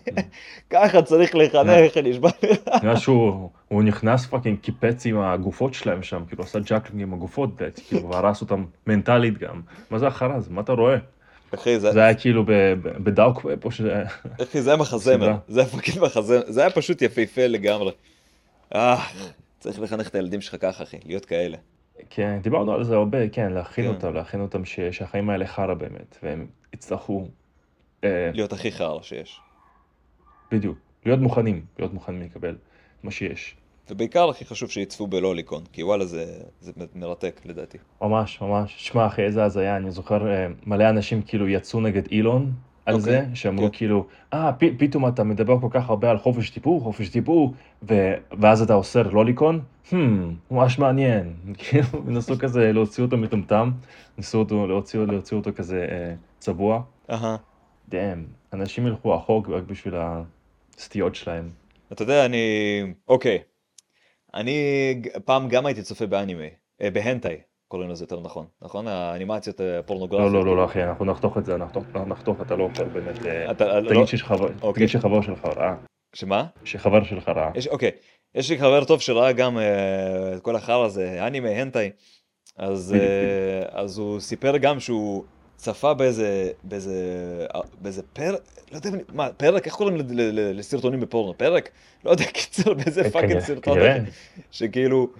ככה צריך לחנך, נשבע לך. נראה שהוא הוא נכנס פאקינג קיפץ עם הגופות שלהם שם, כאילו עשה ג'אקלינג עם הגופות, כאילו, והרס אותם מנטלית גם. מה זה אחר הזה? מה אתה רואה? אחי, זה... זה היה כאילו בדארק ווב או שזה... אחי, זה היה מחזמר, זה היה פאקינג מחזמר, זה היה פשוט יפהפה לגמרי. אה, צריך לחנך את הילדים שלך ככה, אחי, להיות כאלה. כן, דיברנו על זה הרבה, כן, להכין כן. אותם, להכין אותם ש- שהחיים האלה חרא באמת, והם יצטרכו, אה, להיות הכי חר שיש. בדיוק, להיות מוכנים, להיות מוכנים לקבל מה שיש. ובעיקר הכי חשוב שיצפו בלוליקון, כי וואלה זה, זה מרתק לדעתי. ממש, ממש. שמע, אחי, איזה הזיה, אני זוכר אה, מלא אנשים כאילו יצאו נגד אילון על אוקיי, זה, שאמרו כן. כאילו, אה, פ- פתאום אתה מדבר כל כך הרבה על חופש דיבור, חופש דיבור, ו- ואז אתה אוסר לוליקון? Hmm, ממש מעניין. כאילו, נסו כזה להוציא אותו מטומטם, ניסו אותו, להוציא, להוציא אותו כזה אה, צבוע. אהה. דאם, אנשים ילכו אחור רק בשביל הסטיות שלהם. אתה יודע, אני... אוקיי. אני ג- פעם גם הייתי צופה באנימה, אה, בהנטאי, קוראים לזה יותר נכון, נכון? האנימציות לא, הפורנוגרפיות. לא, לא, לא, אחי, אנחנו נחתוך את זה, נחתוך, נחתוך, אתה לא יכול באמת, אה, אתה, לא... תגיד שיש חבר, אוקיי. תגיד שחבר שלך רעה, שמה? שחבר שלך רעה. יש, אוקיי. יש לי חבר טוב שראה גם אה, את כל החר הזה, אנימה, הנטאי, אז, בדיוק, אה, אז הוא סיפר גם שהוא צפה באיזה, באיזה, אה, באיזה פרק, לא יודע, מה, פרק, איך קוראים ל- ל- ל- לסרטונים בפורנו? פרק? לא יודע, קיצר, באיזה כנראה- פאקינג סרטון, כנראה. שכאילו,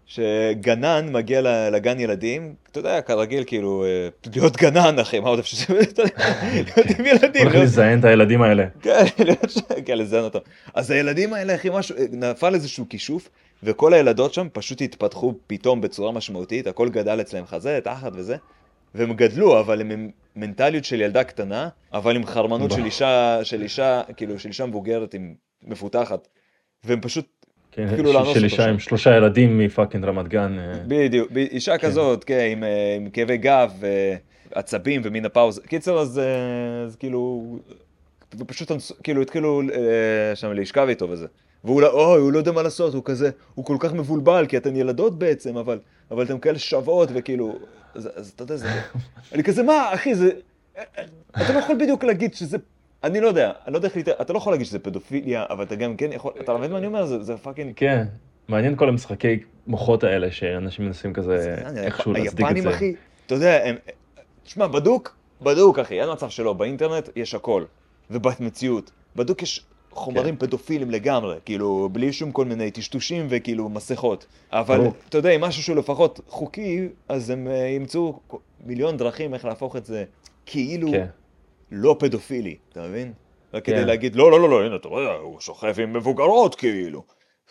שגנן מגיע ל- לגן ילדים, אתה יודע, כרגיל, כאילו, אה, להיות גנן, אחי, מה עוד אפשר שזה, אתה יודע, להיות עם ילדים, הולך להיות- לזיין את הילדים האלה. כן, להיות ש- כן, לזיין אותם. אז הילדים האלה, אחי, משהו, נפל איזשהו כישוף, וכל הילדות שם פשוט התפתחו פתאום בצורה משמעותית, הכל גדל אצלם חזה, תחת וזה, והם גדלו, אבל הם עם מנטליות של ילדה קטנה, אבל עם חרמנות של אישה, של אישה, כאילו, של אישה מבוגרת, עם מפותחת, והם פשוט, כן, התחילו של- לאנוס של אותו אישה שם. עם שלושה ילדים מפאקינג רמת גן. אה, בדיוק, ב- אישה כזאת, כן, עם, אה, עם כאבי גב, ועצבים ומין הפאוז. קיצר, אז, אה, אז כאילו, ופשוט אנס- כאילו התחילו אה, שם להשכב איתו וזה. והוא לא, אוי, הוא לא יודע מה לעשות, הוא כזה, הוא כל כך מבולבל, כי אתן ילדות בעצם, אבל, אבל אתן כאלה שוות, וכאילו, אז, אז אתה יודע, זה, אני כזה, מה, אחי, זה, אתה לא יכול בדיוק להגיד שזה, אני לא יודע, אני לא יודע איך להתאר, אתה לא יכול להגיד שזה פדופיליה, אבל אתה גם כן יכול, אתה מבין מה אני אומר? זה, זה פאקינג, כן, מעניין כל המשחקי מוחות האלה שאנשים מנסים כזה איכשהו להצדיק את היפנים, זה. אחי, אתה יודע, הם, תשמע, בדוק, בדוק, אחי, אין מצב שלא, באינטרנט יש הכל, ובמציאות, בדוק יש חומרים פדופילים לגמרי, כאילו, בלי שום כל מיני טשטושים וכאילו מסכות, אבל, ברור. אתה יודע, אם משהו שהוא לפחות חוקי, אז הם אה, ימצאו מיליון דרכים איך להפוך את זה, כאילו, כן. לא פדופילי, אתה מבין? רק כן. כדי להגיד, לא, לא, לא, לא, הנה, אתה רואה, הוא שוכב עם מבוגרות, כאילו.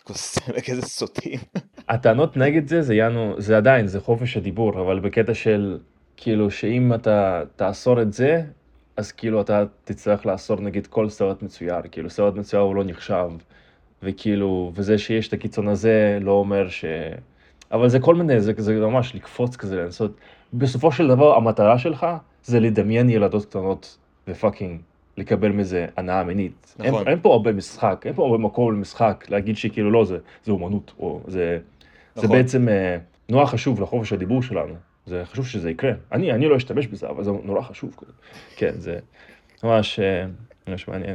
כזה סוטים. הטענות נגד זה, זה יענו, זה עדיין, זה חופש הדיבור, אבל בקטע של, כאילו, שאם אתה תאסור את זה, אז כאילו אתה תצטרך לאסור נגיד כל סרט מצויר, כאילו סרט מצויר הוא לא נחשב, וכאילו, וזה שיש את הקיצון הזה לא אומר ש... אבל זה כל מיני, זה, זה ממש לקפוץ כזה, לנסות, בסופו של דבר המטרה שלך זה לדמיין ילדות קטנות ופאקינג לקבל מזה הנאה מינית. נכון. אין, אין פה הרבה משחק, אין פה הרבה מקום למשחק, להגיד שכאילו לא, זה, זה אומנות, או זה, זה נכון. בעצם אה, נורא חשוב לחופש הדיבור שלנו. זה חשוב שזה יקרה. אני, אני לא אשתמש בזה, אבל זה נורא חשוב. כן, זה ממש, אה, ממש מעניין.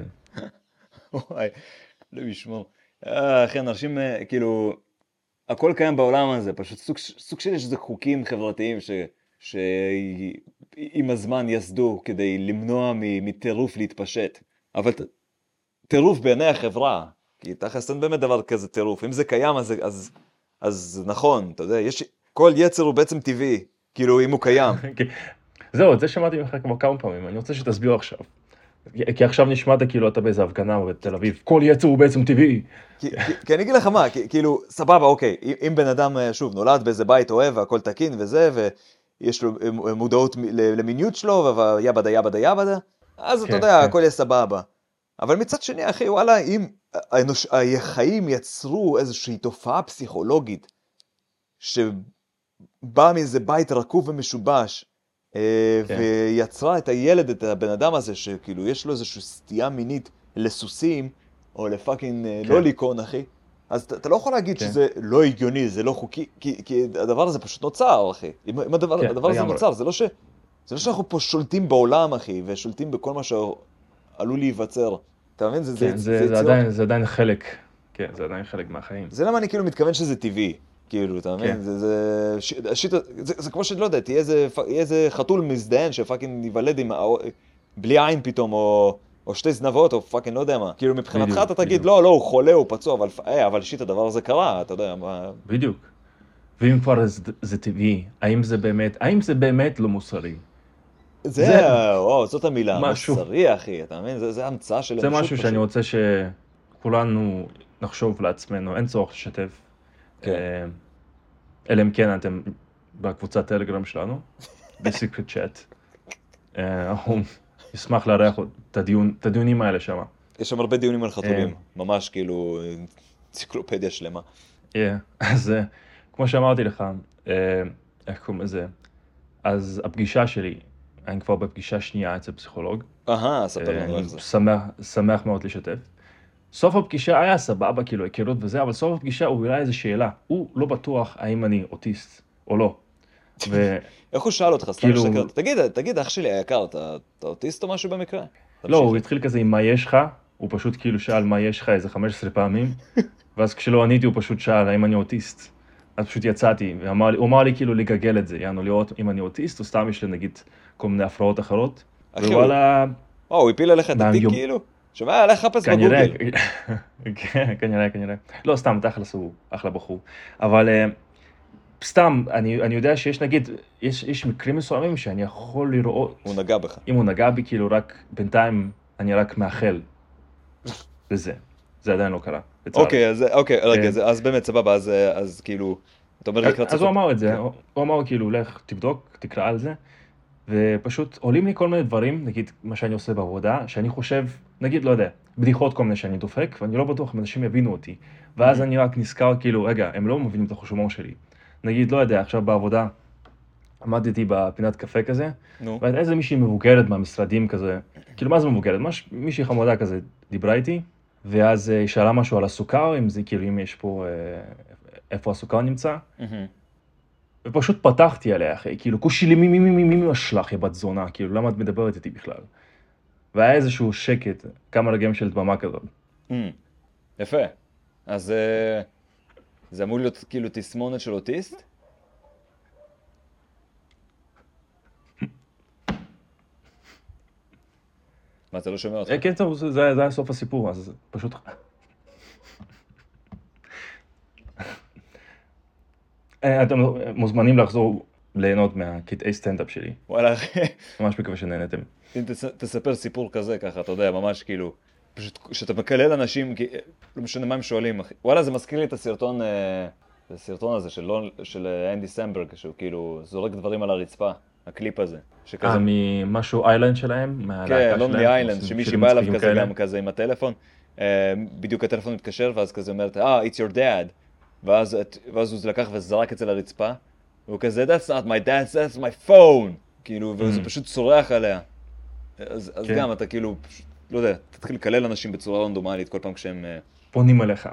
וואי, לא ישמור. אה, אחי, אנשים, אה, כאילו, הכל קיים בעולם הזה, פשוט סוג, סוג של איזה חוקים חברתיים ש, שעם הזמן יסדו כדי למנוע מ- מטירוף להתפשט. אבל ט- טירוף בעיני החברה, כי תכלס אין באמת דבר כזה טירוף. אם זה קיים, אז, אז אז נכון, אתה יודע, יש, כל יצר הוא בעצם טבעי, כאילו אם הוא קיים. זהו, את זה שמעתי ממך כבר כמה פעמים, אני רוצה שתסביר עכשיו. כי עכשיו נשמעת כאילו אתה באיזה הפגנה בתל אביב, כל יצר הוא בעצם טבעי. כי, כי, כי אני אגיד לך מה, כי, כאילו, סבבה, אוקיי, אם בן אדם, שוב, נולד באיזה בית אוהב, והכל תקין וזה, ויש לו מודעות למיניות שלו, ויבדה יבדה יבדה, אז אתה יודע, הכל יהיה סבבה. אבל מצד שני, אחי, וואלה, אם החיים יצרו איזושהי תופעה פסיכולוגית, שבאה מאיזה בית רקוב ומשובש, ויצרה את הילד, את הבן אדם הזה, שכאילו יש לו איזושהי סטייה מינית לסוסים, או לפאקינג לוליקון, אחי. אז אתה לא יכול להגיד שזה לא הגיוני, זה לא חוקי, כי הדבר הזה פשוט נוצר, אחי. אם הדבר הזה נוצר, זה לא שאנחנו פה שולטים בעולם, אחי, ושולטים בכל מה שעלול להיווצר. אתה מבין? זה עדיין חלק, כן, זה עדיין חלק מהחיים. זה למה אני כאילו מתכוון שזה טבעי. כאילו, אתה מבין? זה כמו שלא יודע, תהיה איזה חתול מזדיין שפאקינג ייוולד בלי עין פתאום, או שתי זנבות, או פאקינג לא יודע מה. כאילו, מבחינתך אתה תגיד, לא, לא, הוא חולה, הוא פצוע, אבל שיט, הדבר הזה קרה, אתה יודע מה... בדיוק. ואם כבר זה טבעי, האם זה באמת, האם זה באמת לא מוסרי? זה, וואו, זאת המילה, מוסרי, אחי, אתה מבין? זה המצאה של... זה משהו שאני רוצה שכולנו נחשוב לעצמנו, אין צורך לשתף. אלא אם כן אתם בקבוצת טלגרם שלנו, בסיקרט צ'אט. אנחנו נשמח לארח את הדיונים האלה שם. יש שם הרבה דיונים על חתולים, ממש כאילו אנציקלופדיה שלמה. אז כמו שאמרתי לך, איך קוראים לזה? אז הפגישה שלי, אני כבר בפגישה שנייה אצל פסיכולוג. אהה, ספר לנו איך זה. שמח מאוד לשתף. סוף הפגישה היה סבבה, כאילו, היכרות וזה, אבל סוף הפגישה הוא הראה איזו שאלה. הוא לא בטוח האם אני אוטיסט או לא. איך הוא שאל אותך? סתם שקרת. תגיד, תגיד, אח שלי היקר, אתה אוטיסט או משהו במקרה? לא, הוא התחיל כזה עם מה יש לך, הוא פשוט כאילו שאל מה יש לך איזה חמש עשרה פעמים, ואז כשלא עניתי הוא פשוט שאל האם אני אוטיסט. אז פשוט יצאתי, הוא אמר לי כאילו לגגל את זה, יענו לראות אם אני אוטיסט, או סתם יש לי נגיד כל מיני הפרעות אחרות. ווואלה... או, הוא הפיל עליך את התיק כאילו? שומע, הלך לחפש בגוגל. כנראה, כנראה. לא, סתם, תכלס הוא אחלה בחור. אבל סתם, אני יודע שיש, נגיד, יש מקרים מסוימים שאני יכול לראות... הוא נגע בך. אם הוא נגע בי, כאילו רק בינתיים אני רק מאחל לזה. זה עדיין לא קרה. אוקיי, אז אוקיי, רגע, אז באמת סבבה, אז כאילו, אתה אומר לקראת... אז הוא אמר את זה, הוא אמר כאילו, לך תבדוק, תקרא על זה. ופשוט עולים לי כל מיני דברים, נגיד מה שאני עושה בעבודה, שאני חושב, נגיד, לא יודע, בדיחות כל מיני שאני דופק, ואני לא בטוח אם אנשים יבינו אותי. ואז אני רק נזכר, כאילו, רגע, הם לא מבינים את החוש הומור שלי. נגיד, לא יודע, עכשיו בעבודה, עמדתי בפינת קפה כזה, והייתה איזה מישהי מבוגרת מהמשרדים כזה, כאילו, מה זה מבוגרת? מישהי חמודה כזה דיברה איתי, ואז היא שאלה משהו על הסוכר, אם זה, כאילו, אם יש פה, איפה הסוכר נמצא. ופשוט פתחתי עליה, אחי, כאילו, כושי לי מי מי מי מי מי משלח, יא בת זונה, כאילו, למה את מדברת איתי בכלל? והיה איזשהו שקט, כמה רגעים של דממה כזאת. יפה. אז זה אמור להיות כאילו תסמונת של אוטיסט? מה, אתה לא שומע אותך? כן, טוב, זה היה סוף הסיפור, אז פשוט... אתם מוזמנים לחזור ליהנות מהקטעי סטנדאפ שלי. וואלה, אחי. ממש מקווה שנהנתם. אם תספר סיפור כזה ככה, אתה יודע, ממש כאילו, פשוט שאתה מקלל אנשים, לא משנה מה הם שואלים, אחי. וואלה, זה מזכיר לי את הסרטון, הסרטון הזה של אנדי סמברג, שהוא כאילו זורק דברים על הרצפה, הקליפ הזה. אה, ממשהו איילנד שלהם? כן, לונלי איילנד, שמישהי בא אליו כזה גם כזה עם הטלפון, בדיוק הטלפון מתקשר, ואז כזה אומרת, אה, it's your dad. ואז, ואז הוא לקח וזרק את זה לרצפה, והוא כזה, that's not my dad, that's my phone, כאילו, וזה פשוט צורח עליה. אז, אז גם אתה כאילו, פשוט, לא יודע, תתחיל לקלל אנשים בצורה רנדומלית כל פעם כשהם... פונים עליך.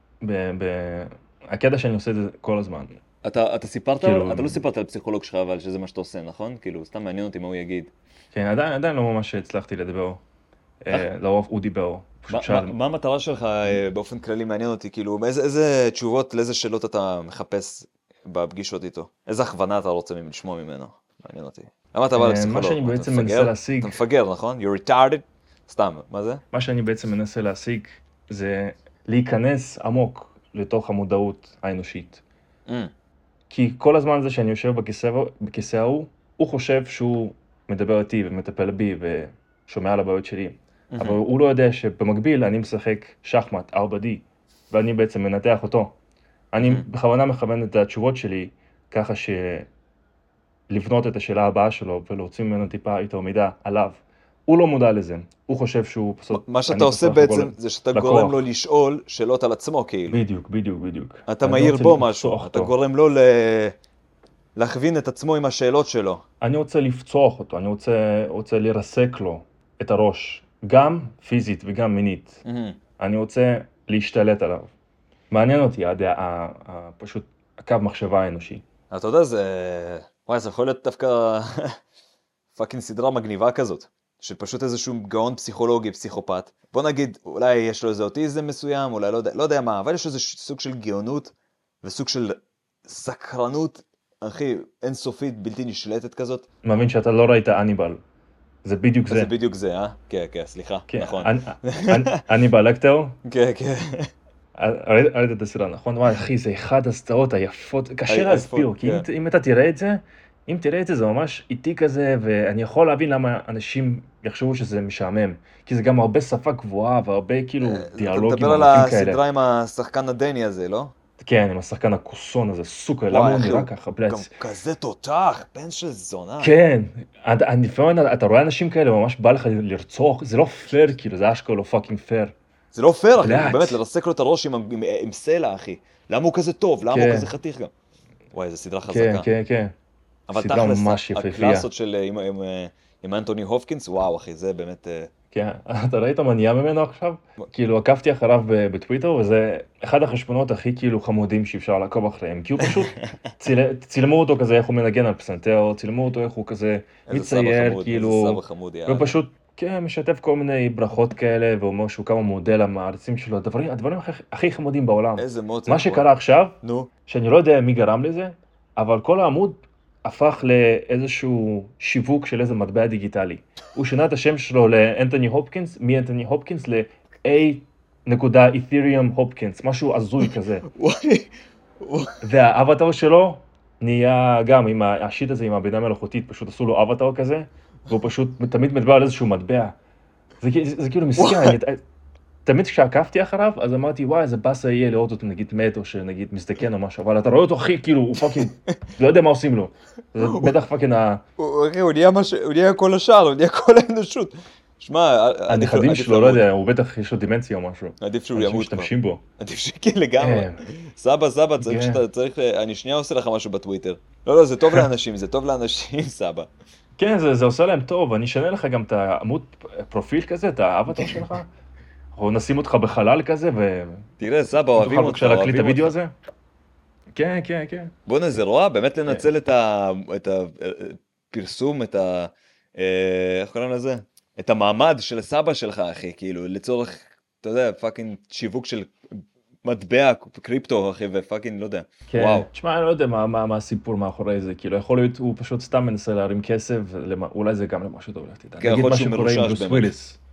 הקטע שאני עושה את זה כל הזמן. אתה, אתה סיפרת, כאילו... אתה לא סיפרת על פסיכולוג שלך, אבל שזה מה שאתה עושה, נכון? כאילו, סתם מעניין אותי מה הוא יגיד. כן, עדיין, עדיין לא ממש הצלחתי לדבר. לרוב הוא דיבר. מה המטרה שלך באופן כללי מעניין אותי? כאילו, איזה תשובות, לאיזה שאלות אתה מחפש בפגישות איתו? איזה הכוונה אתה רוצה לשמוע ממנו? מעניין אותי. למה אתה בא לפסיכולוג? מה שאני בעצם מנסה להשיג... אתה מפגר, נכון? You're retarded? סתם, מה זה? מה שאני בעצם מנסה להשיג זה להיכנס עמוק לתוך המודעות האנושית. Mm. כי כל הזמן זה שאני יושב בכיסא, בכיסא ההוא, הוא חושב שהוא מדבר איתי ומטפל בי ושומע על הבעיות שלי. Mm-hmm. אבל הוא לא יודע שבמקביל אני משחק שחמט ארבע די, ואני בעצם מנתח אותו. אני Mm-hmm. בכוונה מכוון את התשובות שלי, ככה שלבנות את השאלה הבאה שלו ולהוציא ממנו טיפה יותר מידע עליו. הוא לא מודע לזה, הוא חושב שהוא פשוט... מה שאתה עושה בעצם זה שאתה גורם לו לשאול שאלות על עצמו, כאילו. בדיוק, בדיוק, בדיוק. אתה מעיר בו משהו, אתה גורם לו להכווין את עצמו עם השאלות שלו. אני רוצה לפצוח אותו, אני רוצה, רוצה לרסק לו את הראש, גם פיזית וגם מינית. אני רוצה להשתלט עליו. מעניין אותי, פשוט הקו מחשבה האנושי. אתה יודע, זה... וואי, זה יכול להיות דווקא פאקינג סדרה מגניבה כזאת. של פשוט איזשהו גאון פסיכולוגי, פסיכופת. בוא נגיד, אולי יש לו איזה אוטיזם מסוים, אולי לא יודע, לא יודע מה, אבל יש איזה סוג של גאונות, וסוג של סקרנות, אחי, אינסופית, בלתי נשלטת כזאת. מאמין שאתה לא ראית אניבל. זה בדיוק זה. זה בדיוק זה, אה? כן, כן, סליחה, נכון. אניבל לקטר? כן, כן. ראית את הסדרה, נכון? וואי, אחי, זה אחד הסדרות היפות, קשה להסביר, כי אם אתה תראה את זה, אם תראה את זה, זה ממש איטי כזה, ואני יכול להבין למה אנשים יחשבו שזה משעמם. כי זה גם הרבה שפה גבוהה, והרבה כאילו דיאלוגים. אתה מדבר על הסדרה עם השחקן הדני הזה, לא? כן, עם השחקן הקוסון הזה, סוקר, למה הוא נראה ככה, בלץ. גם כזה תותח, בן של זונה. כן, אתה רואה אנשים כאלה, ממש בא לך לרצוח, זה לא פייר, כאילו, זה אשכרה לא פאקינג פייר. זה לא פייר, אחי, באמת, לרסק לו את הראש עם סלע, אחי. למה הוא כזה טוב? למה הוא כזה חתיך גם? וואי, זו סדרה חזקה. כן, כן, כן. אבל תכלס, הקלאסות של עם אנטוני הופקינס, וואו, אחי, זה באמת... כן, אתה ראית מה נהיה ממנו עכשיו? כאילו, עקבתי אחריו בטוויטר, וזה אחד החשבונות הכי כאילו חמודים שאפשר לעקוב אחריהם, כי הוא פשוט, צילמו אותו כזה איך הוא מנגן על פסנתר, צילמו אותו איך הוא כזה מצייר, כאילו, ופשוט, כן, משתף כל מיני ברכות כאלה, ואומר שהוא כמה מודל המעריצים שלו, הדברים, הדברים הכי חמודים בעולם. איזה מוצא. מה שקרה עכשיו, שאני לא יודע מי גרם לזה, אבל כל העמוד הפך לאיזשהו שיווק של איזה מטבע דיגיטלי. הוא שינה את השם שלו לאנטוני הופקינס, מאנטוני הופקינס ל-A נקודה אית'ריום הופקינס, משהו הזוי כזה. והאבטר שלו נהיה גם עם השיט הזה, עם הבינה מלאכותית, פשוט עשו לו אבטר כזה, והוא פשוט תמיד מדבר על איזשהו מטבע. זה, זה, זה כאילו מסכן, תמיד כשעקבתי אחריו, אז אמרתי, וואי, איזה באסה יהיה לראות אותו נגיד מת, או שנגיד מסתכן או משהו, אבל אתה רואה אותו הכי, כאילו, הוא פאקינג, לא יודע מה עושים לו. זה בטח פאקינג ה... הוא נהיה כל השאר, הוא נהיה כל האנושות. שמע, הנכדים שלו, לא יודע, הוא בטח יש לו דימנציה או משהו. עדיף שהוא ימות כבר. משתמשים בו. עדיף שכן לגמרי. סבא, סבא, צריך שאתה צריך, אני שנייה עושה לך משהו בטוויטר. לא, לא, זה טוב לאנשים, זה טוב לאנשים, סבא. כן, זה עושה להם טוב, אני אשנה לך גם את העמוד פרופיל כזה, את האבטר שלך. או נשים אותך בחלל כזה, ו... תראה, סבא, אוהבים אותך, אוהבים אותך. את הוידאו הזה? כן, כן, כן. בוא נזה, רואה, באמת לנצל את הפרסום, את ה... איך קוראים לזה? את המעמד של סבא שלך, אחי, כאילו, לצורך, אתה יודע, פאקינג שיווק של מטבע, קריפטו, אחי, ופאקינג, לא יודע. כן, וואו. תשמע, אני לא יודע מה הסיפור מאחורי זה, כאילו, יכול להיות, הוא פשוט סתם מנסה להרים כסף, אולי זה גם למשהו טוב, כן, יכול להיות שהוא מרושש באמת.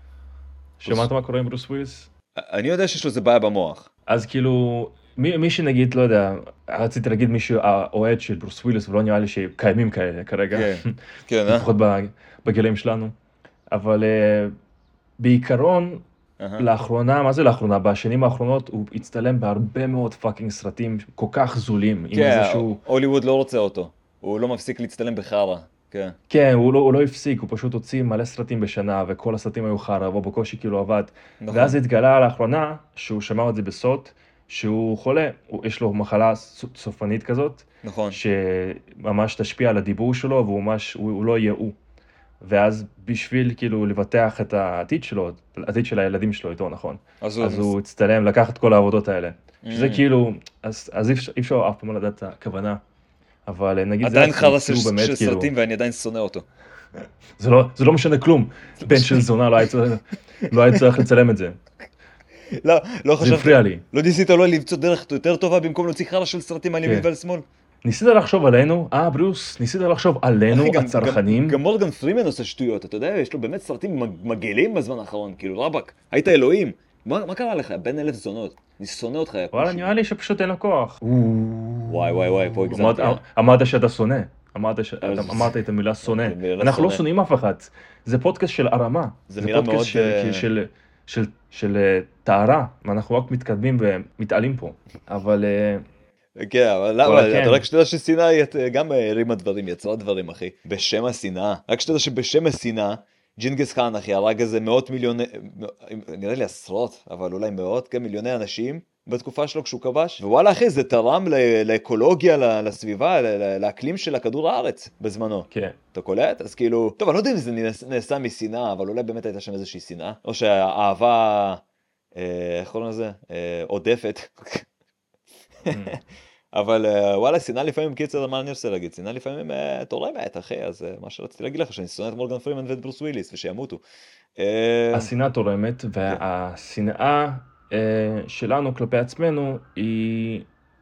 שמעת מה קורה עם ברוס וויליס? אני יודע שיש לו זה בעיה במוח. אז כאילו, מי, מי שנגיד, לא יודע, רציתי להגיד מישהו האוהד של ברוס וויליס, ולא נראה לי שקיימים כאלה כרגע. כן, כן, אה? לפחות בגילאים שלנו. אבל uh, בעיקרון, uh-huh. לאחרונה, מה זה לאחרונה? בשנים האחרונות הוא הצטלם בהרבה מאוד פאקינג סרטים כל כך זולים. כן, איזשהו... הוליווד לא רוצה אותו. הוא לא מפסיק להצטלם בחרה. כן, כן, הוא לא, הוא לא הפסיק, הוא פשוט הוציא מלא סרטים בשנה, וכל הסרטים היו חרא, והוא בקושי כאילו עבד. נכון. ואז התגלה לאחרונה, שהוא שמר את זה בסוד, שהוא חולה, הוא, יש לו מחלה סופנית כזאת, נכון. שממש תשפיע על הדיבור שלו, והוא ממש, הוא, הוא לא יהיה הוא. ואז בשביל כאילו לבטח את העתיד שלו, העתיד של הילדים שלו איתו, נכון. אז, אז הוא הצטלם, לקח את כל העבודות האלה. Mm. שזה כאילו, אז, אז אי אפשר אף פעם לדעת את הכוונה. אבל נגיד עדיין חרא של סרטים ואני עדיין שונא אותו. זה לא, זה לא משנה כלום. בן של זונה לא היה צריך, לא היה צריך לצלם את זה. לא, לא חשבתי. זה הפריע לי. לא ניסית לא למצוא דרך יותר טובה במקום להוציא חרא של סרטים על ימין ועל שמאל? ניסית לחשוב עלינו, אה ברוס, ניסית לחשוב עלינו, הצרכנים. גם מורגן פרימן עושה שטויות, אתה יודע, יש לו באמת סרטים מגעילים בזמן האחרון, כאילו רבק, היית אלוהים. מה קרה לך? בן אלף זונות. אני שונא אותך, יא וואלה, כושי. נראה לי שפשוט אין לו כוח. וואי וואי וואי, פה הגזמתי. אמרת- אה? אמרת שאתה שונא. אמרת ש- אה, אתה זה- אמרת את המילה שונא. זה מילה אנחנו לא שונא. שונאים אף אחד. זה פודקאסט של הרמה. זה מילה מאוד, פודקאסט של- אה, של- של- של אה, טהרה, ואנחנו רק מתקדמים ומתעלים פה. אבל אה, כן, אבל וואלה, למה, כן. אתה רק שתדע ששנאה היא את- גם הרימה דברים, יצרה דברים, אחי. בשם השנאה. רק שתדע שבשם השנאה, ג'ינגס חאן, אחי, הרג איזה מאות מיליוני, נראה לי עשרות, אבל אולי מאות, גם מיליוני אנשים בתקופה שלו כשהוא כבש. ווואלה, אחי, זה תרם ל- לאקולוגיה, ל- לסביבה, ל- ל- לאקלים של הכדור הארץ בזמנו. כן. אתה קולט? אז כאילו, טוב, אני לא יודע אם זה נעש- נעשה משנאה, אבל אולי באמת הייתה שם איזושהי שנאה, או שהאהבה, אה, איך קוראים לזה? אה, עודפת. אבל אה, וואלה, שנאה לפעמים, קיצר, מה אני רוצה להגיד? שנאה לפעמים אה, תורמת, אחי, אז אה, מה שרציתי להגיד לך, שאני שונא את מורגן פרימן ואת ברוס וויליס, ושימותו. אה, השנאה תורמת, והשנאה אה, שלנו כלפי עצמנו היא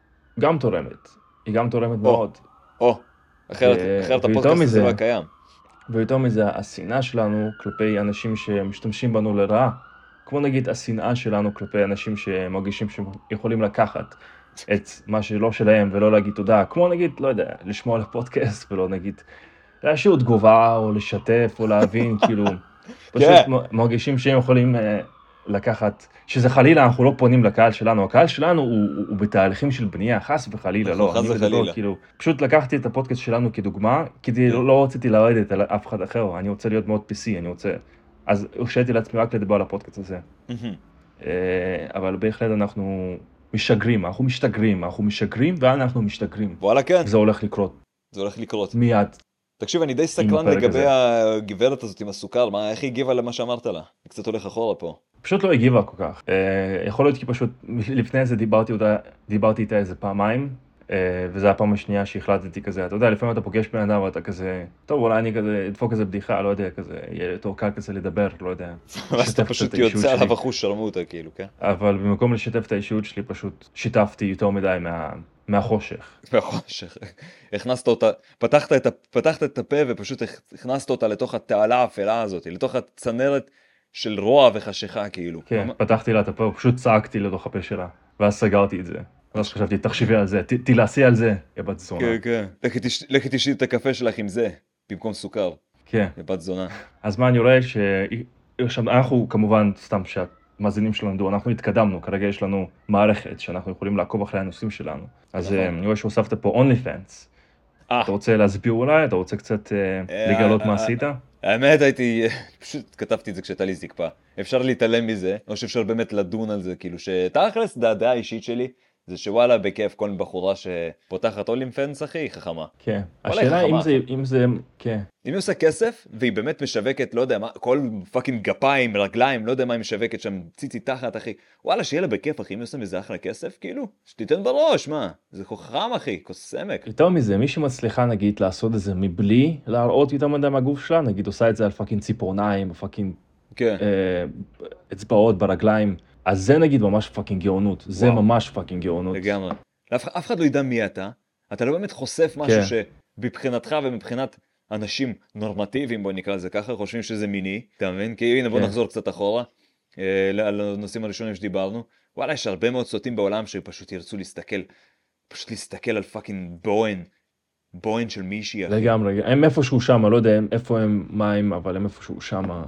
גם תורמת. היא גם תורמת מאוד. או, אחרת אה, אחרת ויותר הפודקאסט הזה מזה- לא היה קיים. ויותר מזה, השנאה שלנו כלפי אנשים שמשתמשים בנו לרעה, כמו נגיד השנאה שלנו כלפי אנשים שמרגישים שהם יכולים לקחת את מה שלא שלהם ולא להגיד תודה, כמו נגיד, לא יודע, לשמוע לפודקאסט ולא נגיד, להשאיר תגובה או לשתף או להבין, כאילו, פשוט כן. מ- מרגישים שהם יכולים אה, לקחת, שזה חלילה, אנחנו לא פונים לקהל שלנו, הקהל שלנו הוא, הוא, הוא בתהליכים של בנייה, חס וחלילה, נכון, לא, חס אני מדבר, וחלילה. כאילו, פשוט לקחתי את הפודקאסט שלנו כדוגמה, כי כן. לא, לא רציתי לרדת על אף אחד אחר, אני רוצה להיות מאוד פי סי, אני רוצה, אז הרשיתי לעצמי רק לדבר על הפודקאסט הזה, מהמם. אה, אבל בהחלט אנחנו משגרים, אנחנו משתגרים, אנחנו משגרים ואנחנו משתגרים, וואלה, כן, זה הולך לקרות זה הולך לקרות. מיד. תקשיב, אני די סקרן הפרק לגבי הזה. הגברת הזאת עם הסוכר, מה, איך היא הגיבה למה שאמרת לה? אני קצת הולך אחורה פה. פשוט לא הגיבה כל כך. אה, יכול להיות כי פשוט לפני זה דיברתי, אותה, דיברתי איתה איזה פעמיים, אה, וזו הפעם השנייה שהחלטתי כזה, אתה יודע, לפעמים אתה פוגש בן אדם ואתה כזה, טוב, אולי אני כזה אדפוק איזה בדיחה, לא יודע, כזה, יהיה יותר קל כזה לדבר, לא יודע. ואז לשתף אתה קצת פשוט את האישיות יוצא שלי. עליו אחוז שרמוטה, כאילו, כן? אבל במקום לשתף את האישיות שלי, פשוט שיתפתי יותר מדי מה, מהחושך. מהחושך. הכנסת אותה, פתחת את, ה- פתחת את הפה ופשוט הכנסת אותה לתוך התעלה האפלה הזאת, לתוך הצנרת של רוע וחשיכה, כאילו. כן, ממש- פתחתי לה את הפה, פשוט צעקתי לתוך הפה שלה, ואז סגרתי את זה. ואז חשבתי, תחשבי על זה, ת- תלעשי על זה, יא בת זונה. כן, כן. לכי תש- לכי תשתי את הקפה שלך עם זה, במקום סוכר, כן. יא בת זונה. אז מה אני רואה ש... עכשיו, אנחנו כמובן, סתם שהמאזינים שלנו ידעו, אנחנו התקדמנו, כרגע יש לנו מערכת שאנחנו יכולים לעקוב אחרי הנושאים שלנו. אז נכון. אה, אני רואה שהוספת פה OnlyFans. אה, אתה רוצה להסביר אולי? אתה רוצה קצת אה, אה, לגלות אה, מה אה, עשית? האמת הייתי, פשוט כתבתי את זה כשהייתה לי זקפה. אפשר להתעלם מזה, או שאפשר באמת לדון על זה, כאילו שתכלס, זה הדעה האישית שלי, זה שוואלה, בכיף, כל בחורה שפותחת אולימפנס, אחי, היא חכמה. כן. וואלה, השאלה חכמה, אם זה, אם זה, כן. אם היא עושה כסף, והיא באמת משווקת, לא יודע מה, כל פאקינג גפיים, רגליים, לא יודע מה היא משווקת שם, ציצי תחת, אחי. וואלה, שיהיה לה בכיף, אחי, אם היא עושה מזה אחלה כסף, כאילו, שתיתן בראש, מה? זה חכם, אחי, כוס סמק. יותר מזה, מי שמצליחה נגיד לעשות את זה מבלי להראות יותר מדי מהגוף שלה, נגיד עושה את זה על פאקינג ציפורניים, או פאקינג כן, אה, אצבעות ברגליים, אז זה נגיד ממש פאקינג גאונות, זה וואו. ממש פאקינג גאונות. לגמרי. אף, אף אחד לא ידע מי אתה, אתה לא באמת חושף משהו כן. שמבחינתך ומבחינת אנשים נורמטיביים, בוא נקרא לזה ככה, חושבים שזה מיני, אתה מבין? כי הנה בוא כן. נחזור קצת אחורה, אה, על הנושאים הראשונים שדיברנו. וואלה, יש הרבה מאוד סוטים בעולם שפשוט ירצו להסתכל, פשוט להסתכל על פאקינג בוהן, בוהן של מישהי, אחי. לגמרי, הם איפשהו שם, לא יודע איפה הם מים, אבל הם איפשהו שם, אה,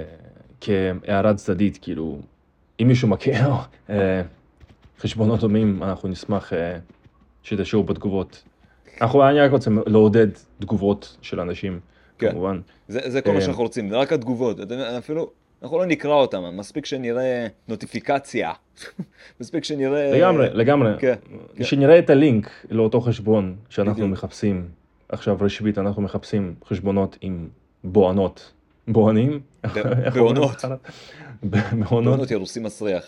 כהערה צדדית, כאילו, אם מישהו מכיר אה, חשבונות דומים, אנחנו נשמח אה, שתשאירו בתגובות. אנחנו, אני רק רוצה לעודד תגובות של אנשים, כן. כמובן. זה, זה כל מה אה, שאנחנו רוצים, זה רק התגובות, אתם- אפילו, אנחנו לא נקרא אותם, מספיק שנראה נוטיפיקציה, מספיק שנראה... לגמרי, לגמרי. כן, כן. שנראה את הלינק לאותו חשבון שאנחנו בדיוק. מחפשים. עכשיו רשמית, אנחנו מחפשים חשבונות עם בוענות. בוענים? איך אומרים בעונות. בהתחלה? בעונות. בעונות ירוסי מסריח.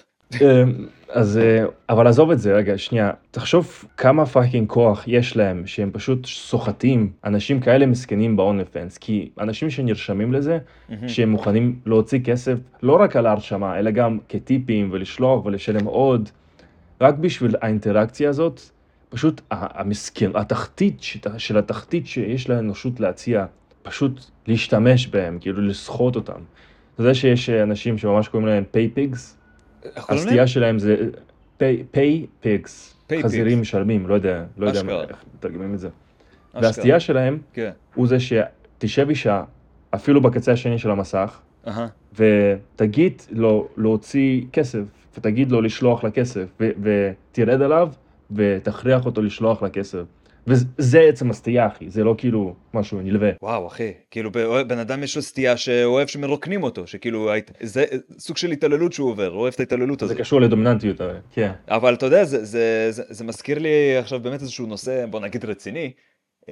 אז, אה, אבל עזוב את זה, רגע, שנייה. תחשוב כמה פאקינג כוח יש להם, שהם פשוט סוחטים אנשים כאלה מסכנים ב-OnlyFans, כי אנשים שנרשמים לזה, שהם מוכנים להוציא כסף, לא רק על ההרשמה, אלא גם כטיפים ולשלוח ולשלם עוד, רק בשביל האינטראקציה הזאת, פשוט ה- המסכן, התחתית שת- של התחתית שיש לאנושות להציע, פשוט להשתמש בהם, כאילו לסחוט אותם. אתה יודע שיש אנשים שממש קוראים להם פייפיגס, איך קוראים להם? הסטייה שלהם זה pay pigs, Pay חזירים pigs. משלמים, לא יודע, לא יודע אשכרה. איך מתרגמים את זה. אשכרה. והסטייה שלהם כן. הוא זה שתשב אישה, אפילו בקצה השני של המסך, אהה. ותגיד לו להוציא כסף, ותגיד לו לשלוח לה כסף, ו- ותרד עליו, ותכריח אותו לשלוח לה כסף. וזה עצם הסטייה, אחי, זה לא כאילו משהו נלווה. וואו, אחי, כאילו ב- בן אדם יש לו סטייה שאוהב שמרוקנים אותו, שכאילו היית- זה סוג של התעללות שהוא עובר, הוא אוהב את ההתעללות זה הזאת. קשור לדומיננטיות, הרי, כן. אבל אתה יודע, זה, זה, זה, זה מזכיר לי עכשיו באמת איזשהו נושא, בוא נגיד רציני. אה,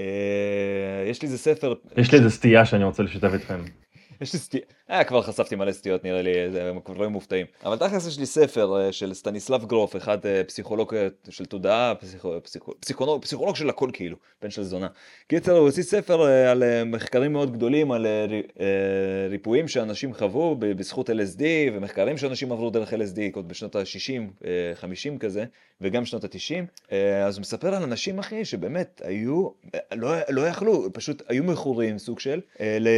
יש לי איזה ספר, יש לי איזה סטייה שאני רוצה לשתף אתכם. יש לי סטייה, אה, כבר חשפתי מלא סטיות נראה לי, זה- הם כבר לא היו מופתעים. אבל תכלס יש לי ספר אה, של סטניסלב גרוף, אחד אה, פסיכולוג אה, של תודעה, פסיכו- פסיכו- פסיכולוג, פסיכולוג של הכל כאילו, בן של זונה. קיצר, הוא הוציא ספר אה, על אה, מחקרים מאוד גדולים, על אה, רי- אה, ריפויים שאנשים חוו ב- בזכות אל אס די, ומחקרים שאנשים עברו דרך אל אס די, עוד בשנות ה-שישים, אה, חמישים כזה, וגם שנות ה-תשעים. אה, אז הוא מספר על אנשים, אחי, שבאמת היו, אה, לא, לא יכלו, פשוט היו מכורים, סוג של, אה, ל...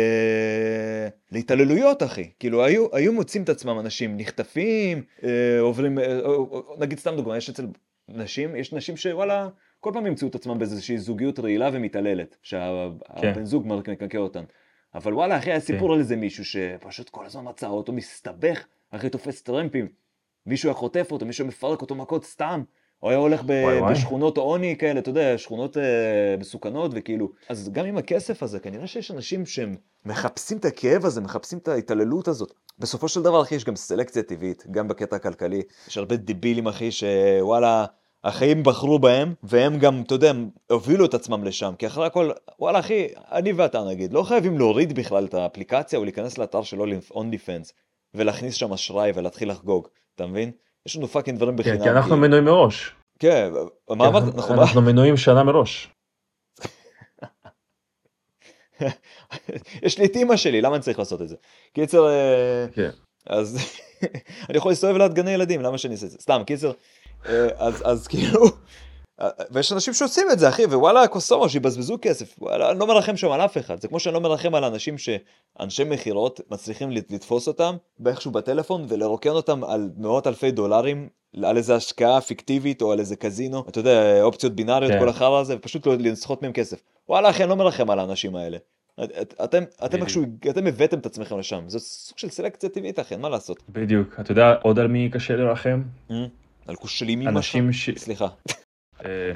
להתעללויות, אחי. כאילו, היו, היו מוצאים את עצמם אנשים נחטפים, אה, עוברים, אה, או, או, נגיד סתם דוגמה, יש אצל נשים, יש נשים שוואלה, כל פעם ימצאו את עצמם באיזושהי זוגיות רעילה ומתעללת, שהבן כן. זוג מקנקה אותן. אבל וואלה, אחי, היה סיפור על איזה מישהו שפשוט כל הזמן מצא אותו מסתבך, אחי תופס טרמפים, מישהו היה חוטף אותו, מישהו מפרק אותו מכות סתם, או היה הולך ב- וואי, וואי. בשכונות עוני כאלה, אתה יודע, שכונות אה, מסוכנות וכאילו. אז גם עם הכסף הזה, כנראה שיש אנשים שהם מחפשים את הכאב הזה, מחפשים את ההתעללות הזאת. בסופו של דבר, אחי, יש גם סלקציה טבעית, גם בקטע הכלכלי. יש הרבה דיבילים, אחי, שוואלה, החיים בחרו בהם, והם גם, אתה יודע, הובילו את עצמם לשם. כי אחרי הכל, וואלה, אחי, אני ואתה נגיד, לא חייבים להוריד בכלל את האפליקציה, או להיכנס לאתר של OnlyFans, ולהכניס שם אשראי ולהתחיל לחגוג. אתה מבין? יש לנו פאקינג דברים בחינם. כן, כי אנחנו כאילו. מנויים מראש. כן, מה אמרת? אנחנו מה? אנחנו מנויים שנה מראש. יש לי את אמא שלי, למה אני צריך לעשות את זה? קיצר, אה, כן. אז אני יכול להסתובב ליד גני ילדים, למה שאני אעשה את זה? סתם, קיצר, אה, אז אז כאילו, אה, ויש אנשים שעושים את זה, אחי, ווואלה, קוסומו, שיבזבזו כסף, וואלה, אני לא מרחם שם על אף אחד, זה כמו שאני לא מרחם על אנשים שאנשי מחירות מצליחים לת- לתפוס אותם באיכשהו בטלפון ולרוקן אותם על מאות אלפי דולרים, על איזה השקעה פיקטיבית או על איזה קזינו, אתה יודע, אופציות בינאריות, כן. כל החרא הזה, ופשוט לא- לסחוט מהם כסף. וואלה, אחי, אני לא מרחם על האנשים האלה. את- אתם, אתם בדיוק. איכשהו, אתם הבאתם את עצמכם לשם, זה סוג של סלקציה טבעית, אחי, אין מה לעשות. בדיוק. אתה יודע עוד על מי קשה לרחם? על כושלים אמא אנשים שלך? ש- סליחה. אה,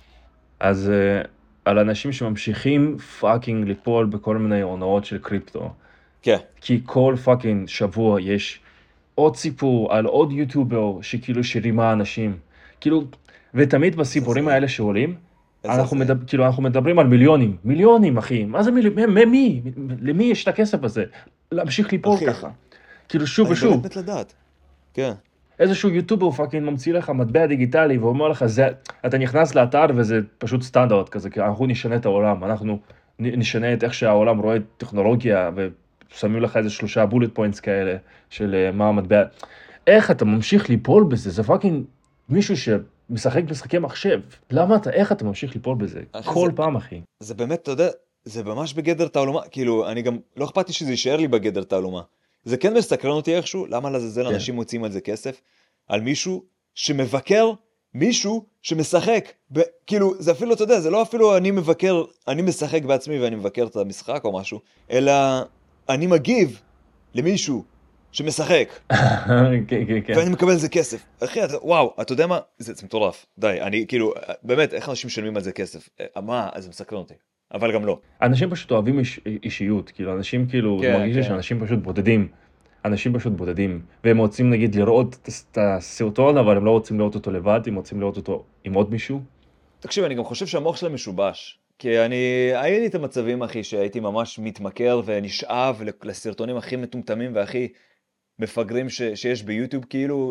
אז אה, על אנשים שממשיכים פאקינג ליפול בכל מיני הונאות של קריפטו. כן. כי כל פאקינג שבוע יש עוד סיפור על עוד יוטיובר שכאילו שרימה אנשים. כאילו, ותמיד בסיפורים זה- האלה שעולים, איזה אנחנו, זה? מדבר, כאילו, אנחנו מדברים על מיליונים. מיליונים, אחי. מה זה מיליונים? מי? למי יש את הכסף הזה? להמשיך ליפול אחי, ככה. כאילו שוב אני ושוב. באמת מת לדעת. כן. איזשהו יוטיובר פאקינג ממציא לך מטבע דיגיטלי ואומר לך, זה, אתה נכנס לאתר וזה פשוט סטנדרט כזה, כי אנחנו נשנה את העולם, אנחנו נ- נשנה את איך שהעולם רואה טכנולוגיה, ושמים לך איזה שלושה בולט פוינטס כאלה של אה, מה המטבע. איך אתה ממשיך ליפול בזה? זה פאקינג מישהו שמשחק משחקי מחשב. למה אתה, איך אתה ממשיך ליפול בזה? אחי, כל זה- פעם, אחי. זה באמת, אתה יודע, זה ממש בגדר תעלומה, כאילו, אני גם, לא אכפת לי שזה יישאר לי בגדר תעלומה. זה כן מסקרן אותי איכשהו, למה לעזאזל כן. אנשים מוצאים על זה כסף? על מישהו שמבקר מישהו שמשחק, ב, כאילו, זה אפילו, אתה יודע, זה לא אפילו אני מבקר, אני משחק בעצמי ואני מבקר את המשחק או משהו, אלא אני מגיב למישהו שמשחק, כן, כן, כן. ואני מקבל על זה כסף. אחי, אתה, וואו, אתה יודע מה? זה, זה מטורף. די, אני כאילו, באמת, איך אנשים משלמים על זה כסף? אה, מה? אז זה מסקרן אותי. אבל גם לא. אנשים פשוט אוהבים איש, אישיות, כאילו, אנשים כאילו, כן, זה מרגיש לי כן. שאנשים פשוט בודדים. אנשים פשוט בודדים, והם רוצים נגיד לראות את- את הסרטון, אבל הם לא רוצים לראות אותו לבד, הם רוצים לראות אותו עם עוד מישהו. תקשיב, אני גם חושב שהמוח שלהם משובש. כי אני, היה לי את המצבים, אחי, שהייתי ממש מתמכר ונשאב לסרטונים הכי מטומטמים והכי מפגרים ש, שיש ביוטיוב, כאילו,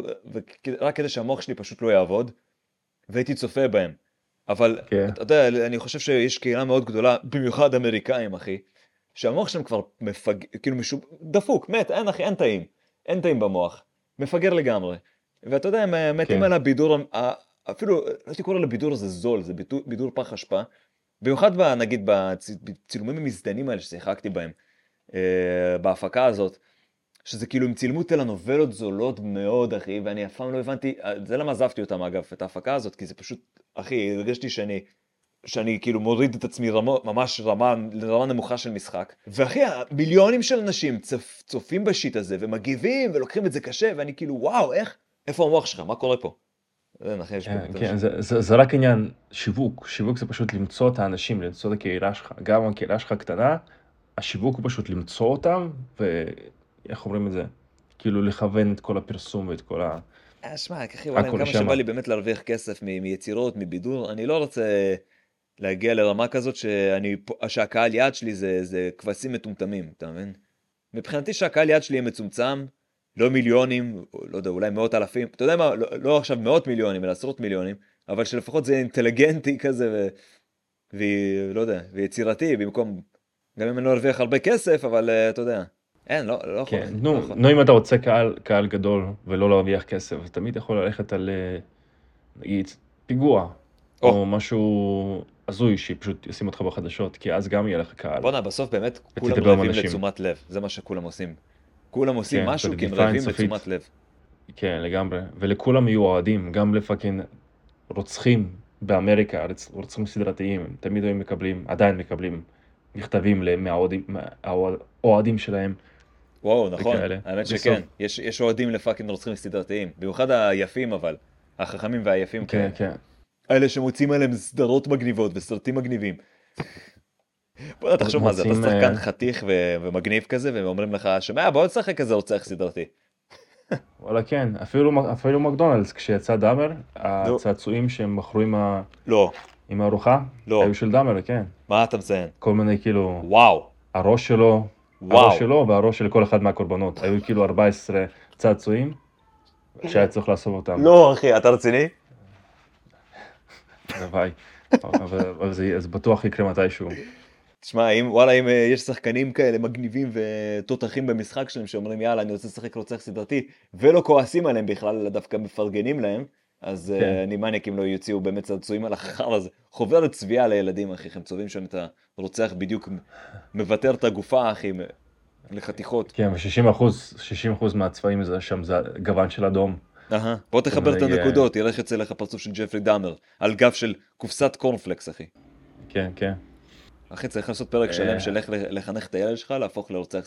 רק כדי שהמוח שלי פשוט לא יעבוד, והייתי צופה בהם. אבל, כן. אתה יודע, אני חושב שיש קהילה מאוד גדולה, במיוחד אמריקאים, אחי, שהמוח שלהם כבר מפג... כאילו משוב... דפוק, מת, אין אחי, אין טעים. אין טעים במוח. מפגר לגמרי. ואתה יודע, הם מתים כן. על הבידור, ה- אפילו, לא הייתי קורא לבידור הזה זול, זה בידור, בידור פח אשפה. במיוחד, ב, נגיד, בצ- בצילומים המזדנים האלה ששיחקתי בהם, אה, בהפקה הזאת, שזה כאילו הם צילמו טלנובלות זולות מאוד, אחי, ואני אף פעם לא הבנתי, זה למה עזבתי אותם אגב, את ההפקה הזאת, כי זה פשוט, אחי, הרגשתי שאני, שאני כאילו מוריד את עצמי רמה, ממש רמה, רמה נמוכה של משחק. ואחי, מיליונים של אנשים צופ, צופים בשיט הזה, ומגיבים, ולוקחים את זה קשה, ואני כאילו, וואו, איך? איפה המוח שלך? מה קורה פה? כן, זה, זה, זה רק עניין שיווק. שיווק זה פשוט למצוא את האנשים, למצוא את הקהילה שלך. גם הקהילה שלך קטנה, השיווק הוא פשוט למצוא אותם, ואיך אומרים את זה? כאילו לכוון את כל הפרסום ואת כל ה... שמע, אחי, וואלה, כמה שבא לי באמת להרוויח כסף מ- מיצירות, מבידור, אני לא רוצה להגיע לרמה כזאת שאני, שהקהל יעד שלי זה, זה כבשים מטומטמים, אתה מבין? מבחינתי שהקהל יעד שלי יהיה מצומצם, לא מיליונים, לא יודע, אולי מאות אלפים, אתה יודע מה, לא, לא עכשיו מאות מיליונים, אלא עשרות מיליונים, אבל שלפחות זה אינטליגנטי כזה, ו... ולא יודע, ויצירתי, במקום, גם אם אני לא ארוויח הרבה כסף, אבל אתה יודע, אין, לא, לא יכול. כן, נו, נו, אם אתה רוצה קהל, קהל גדול ולא להרוויח כסף, אז תמיד יכול ללכת על, נגיד, פיגוע, או, או משהו הזוי שפשוט ישים אותך בחדשות, כי אז גם יהיה לך קהל. בוא'נה, בסוף באמת כולם רעבים לתשומת לב, זה מה שכולם עושים. כולם עושים כן, משהו כי הם רעבים לתשומת לב. כן, לגמרי, ולכולם יהיו אוהדים, גם לפאקינג רוצחים באמריקה, רוצחים סדרתיים, תמיד הם מקבלים, עדיין מקבלים מכתבים מהאוהדים שלהם. וואו, נכון, האמת שכן, יש, יש אוהדים לפאקינג רוצחים סדרתיים, במיוחד היפים אבל, החכמים והיפים כן, כן. אלה שמוצאים עליהם סדרות מגניבות וסרטים מגניבים. בוא תחשוב מה זה, אתה שחקן חתיך ומגניב כזה, והם אומרים לך, שמע, בוא תשחק כזה רוצח סדרתי. וואלה כן, אפילו מקדונלדס, כשיצא דאמר, הצעצועים שהם מכרו עם הארוחה, היו של דאמר, כן. מה אתה מציין? כל מיני כאילו, וואו. הראש שלו, הראש שלו והראש של כל אחד מהקורבנות, היו כאילו ארבעה עשר צעצועים, שהיה צריך לאסוף אותם. לא אחי, אתה רציני? הלוואי, אבל זה בטוח יקרה מתישהו. תשמע, אם, וואלה, אם יש שחקנים כאלה מגניבים ותותחים במשחק שלהם שאומרים, יאללה, אני רוצה לשחק רוצח סדרתי, ולא כועסים עליהם בכלל, אלא דווקא מפרגנים להם, אז כן. אני מניאק אם לא יוציאו באמת צעצועים על החר הזה. חובר צביעה לילדים, אחי, הם צובעים שם את הרוצח בדיוק, מבטר את הגופה, אחי, לחתיכות. כן, ו-שישים אחוז, שישים אחוז מהצבעים זה שם, זה גוון של אדום. אהה, בוא תחבר את הנקודות, ילך אצל לך פרצוף של ג'פרי דאמר, על גב של קופסת קורנפלקס, אחי. כן, כן. אחי, צריך לעשות פרק שלם של איך לחנך את הילד שלך להפוך לרוצח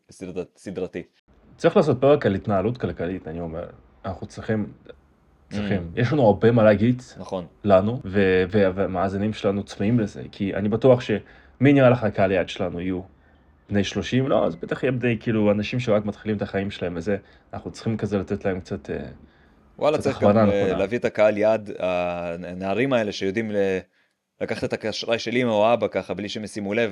סדרתי. צריך לעשות פרק על התנהלות כלכלית, אני אומר. אנחנו צריכים, צריכים. יש לנו הרבה מה להגיד לנו, והמאזינים שלנו צמאים לזה, כי אני בטוח שמי נראה לך הקהל היעד שלנו יהיו בני שלושים, לא, אז בטח יהיה בני, כאילו, אנשים שרק מתחילים את החיים שלהם וזה, אנחנו צריכים כזה לתת להם קצת וואלה, צריך גם להביא את הקהל יעד, הנערים האלה שיודעים לקחת את האשראי של אמא או אבא ככה, בלי שהם ישימו לב,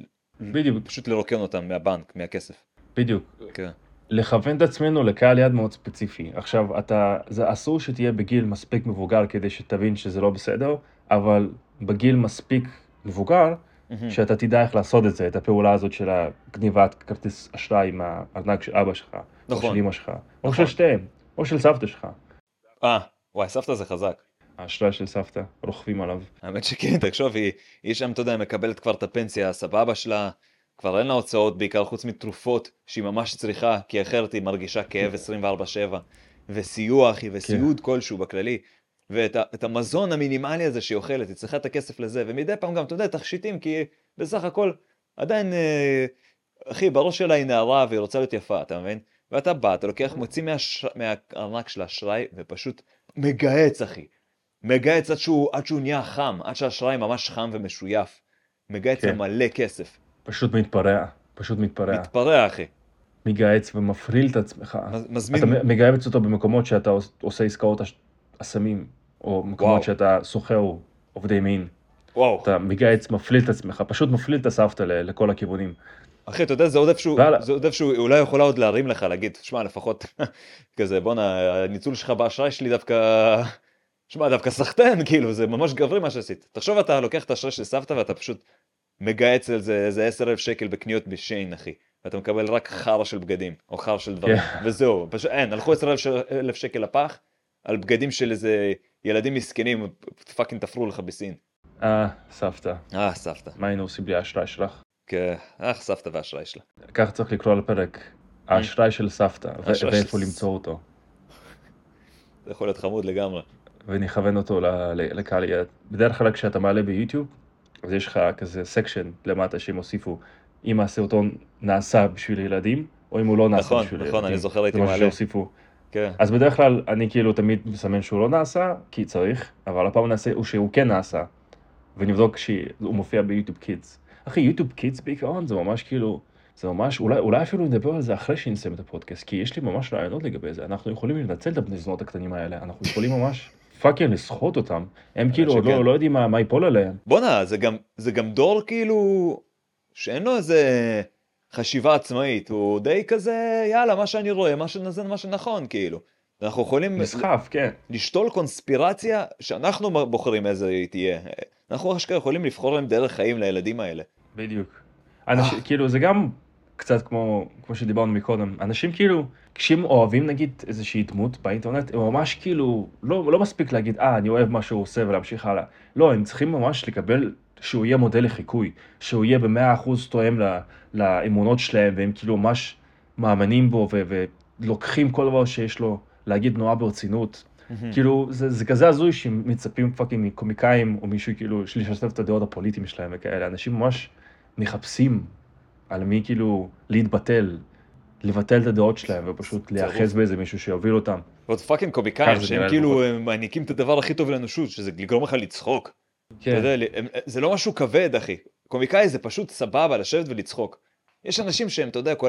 ופשוט לרוקן אותם מהבנק, מהכסף. בדיוק. לכוון את עצמנו לקהל יעד מאוד ספציפי. עכשיו, אתה, זה אסור שתהיה בגיל מספיק מבוגר כדי שתבין שזה לא בסדר, אבל בגיל מספיק מבוגר, שאתה תדע איך לעשות את זה, את הפעולה הזאת של הגניבת כרטיס אשראי מהארנק של אבא שלך, או של אמא שלך, או של שתיהם, או של סבתא שלך. אה, וואי, סבתא זה חזק. האשראי של סבתא, רוכבים עליו. האמת שכן, תחשוב, היא, היא שם, אתה יודע, מקבלת כבר את הפנסיה, הסבבה שלה, כבר אין לה הוצאות, בעיקר חוץ מתרופות, שהיא ממש צריכה, כי אחרת היא מרגישה כאב עשרים וארבע שבע, וסיוע, אחי, וסיוד כלשהו בכללי, ואת את המזון המינימלי הזה שהיא אוכלת, היא צריכה את הכסף לזה, ומדי פעם גם, אתה יודע, תכשיטים, כי בסך הכל, עדיין, אה, אחי, בראש שלה היא נערה, והיא רוצה להיות יפה, אתה מבין? ואתה בא, אתה לוקח, מוציא מהש... מהארנק של האשראי, ופשוט מגהץ, אחי. מגהץ עד שהוא, עד שהוא נהיה חם, עד שהאשראי ממש חם ומשויף. מגהץ כן. למלא כסף. פשוט מתפרע, פשוט מתפרע. מתפרע, אחי. מגהץ ומפריל את עצמך. מזמין... אתה מגהץ אותו במקומות שאתה עושה עסקאות הסמים, או מקומות וואו. שאתה סוחר עובדי מין. וואו. אתה מגהץ, מפליל את עצמך, פשוט מפליל את הסבתא לכל הכיוונים. אחי, אתה יודע, זה עוד איפשהו, זה עוד איפשהו, אולי יכולה עוד להרים לך, להגיד, שמע, לפחות, כזה, בוא'נה, הניצול שלך באשראי שלי דווקא, שמע, דווקא סחטן, כאילו, זה ממש גברי מה שעשית. תחשוב, אתה לוקח את האשראי של סבתא, ואתה פשוט מגהץ על זה, איזה עשרת אלפים שקל בקניות בשיין, אחי. ואתה מקבל רק חר של בגדים, או חר של דברים, וזהו, פשוט, אין, הלכו עשרת אלפים שקל לפח, על בגדים של איזה ילדים מסכנים, פאקינג תפרו לך בסין. אה, סבתא. אה, סבתא. מה היינו עושים בלי האשראי שלך? כן, אך סבתא והאשראי שלה. כך צריך לקרוא לפרק, האשראי של סבתא, ו- האשראי ואיפה של- למצוא אותו. זה יכול להיות חמוד לגמרי. ונכוון אותו ל- ל- לקהל יעד. בדרך כלל כשאתה מעלה ביוטיוב, אז יש לך כזה סקשן למטה שהם הוסיפו, אם הסרטון נעשה בשביל ילדים, או אם הוא לא נעשה נכון, בשביל נכון, ילדים. אני זוכר, הייתי זה משהו מעלה. שהוסיפו. כן. אז בדרך כלל אני כאילו תמיד מסמן שהוא לא נעשה, כי צריך, אבל הפעם נעשה הוא שהוא כן נעשה, ונבדוק שהוא מופיע ביוטיוב קידס. אחי, יוטיוב קידס בעיקרון זה ממש כאילו, זה ממש, אולי, אולי אפילו נדבר על זה אחרי שנסיים את הפודקאסט, כי יש לי ממש רעיונות לגבי זה. אנחנו יכולים לנצל את הבני זונות הקטנים האלה, אנחנו יכולים ממש פאקינג לסחוט אותם. הם כאילו עוד שכן. לא, לא יודעים מה, מה ייפול עליהם. בוא'נה, זה גם, זה גם דור כאילו, שאין לו איזה חשיבה עצמאית, הוא די כזה, יאללה, מה שאני רואה, מה שנזן, מה שנכון, כאילו. אנחנו יכולים נסחף, כן. לשתול קונספירציה שאנחנו בוחרים איזה היא תהיה. אנחנו אשכרה יכולים לבחור להם דרך חיים לילדים האלה. בדיוק. אנשים, כאילו, זה גם קצת כמו, כמו שדיברנו מקודם. אנשים כאילו, כשהם אוהבים נגיד איזושהי דמות באינטרנט, הם ממש כאילו, לא, לא מספיק להגיד, אה, אני אוהב מה שהוא עושה ולהמשיך הלאה. לא, הם צריכים ממש לקבל שהוא יהיה מודל לחיקוי, שהוא יהיה במאה אחוז תואם ל- לאמונות שלהם, והם כאילו ממש מאמינים בו ו- ולוקחים כל דבר שיש לו להגיד נורא ברצינות. כאילו, זה, זה כזה הזוי שמצפים פאקינג מקומיקאים או מישהו כאילו, לשתף את הדעות הפוליטיים שלהם וכאלה. אנשים ממש מחפשים על מי כאילו להתבטל, לבטל את הדעות שלהם ופשוט להיאחז באיזה מישהו שיוביל אותם. ועוד פאקינג קומיקאים כך זה שהם נראה כאילו לפחות. הם מעניקים את הדבר הכי טוב לאנושות, שזה לגרום לך לצחוק. אתה כן, יודע, הם- זה לא משהו כבד, אחי. קומיקאי זה פשוט סבבה לשבת ולצחוק. יש אנשים שהם, אתה יודע, כל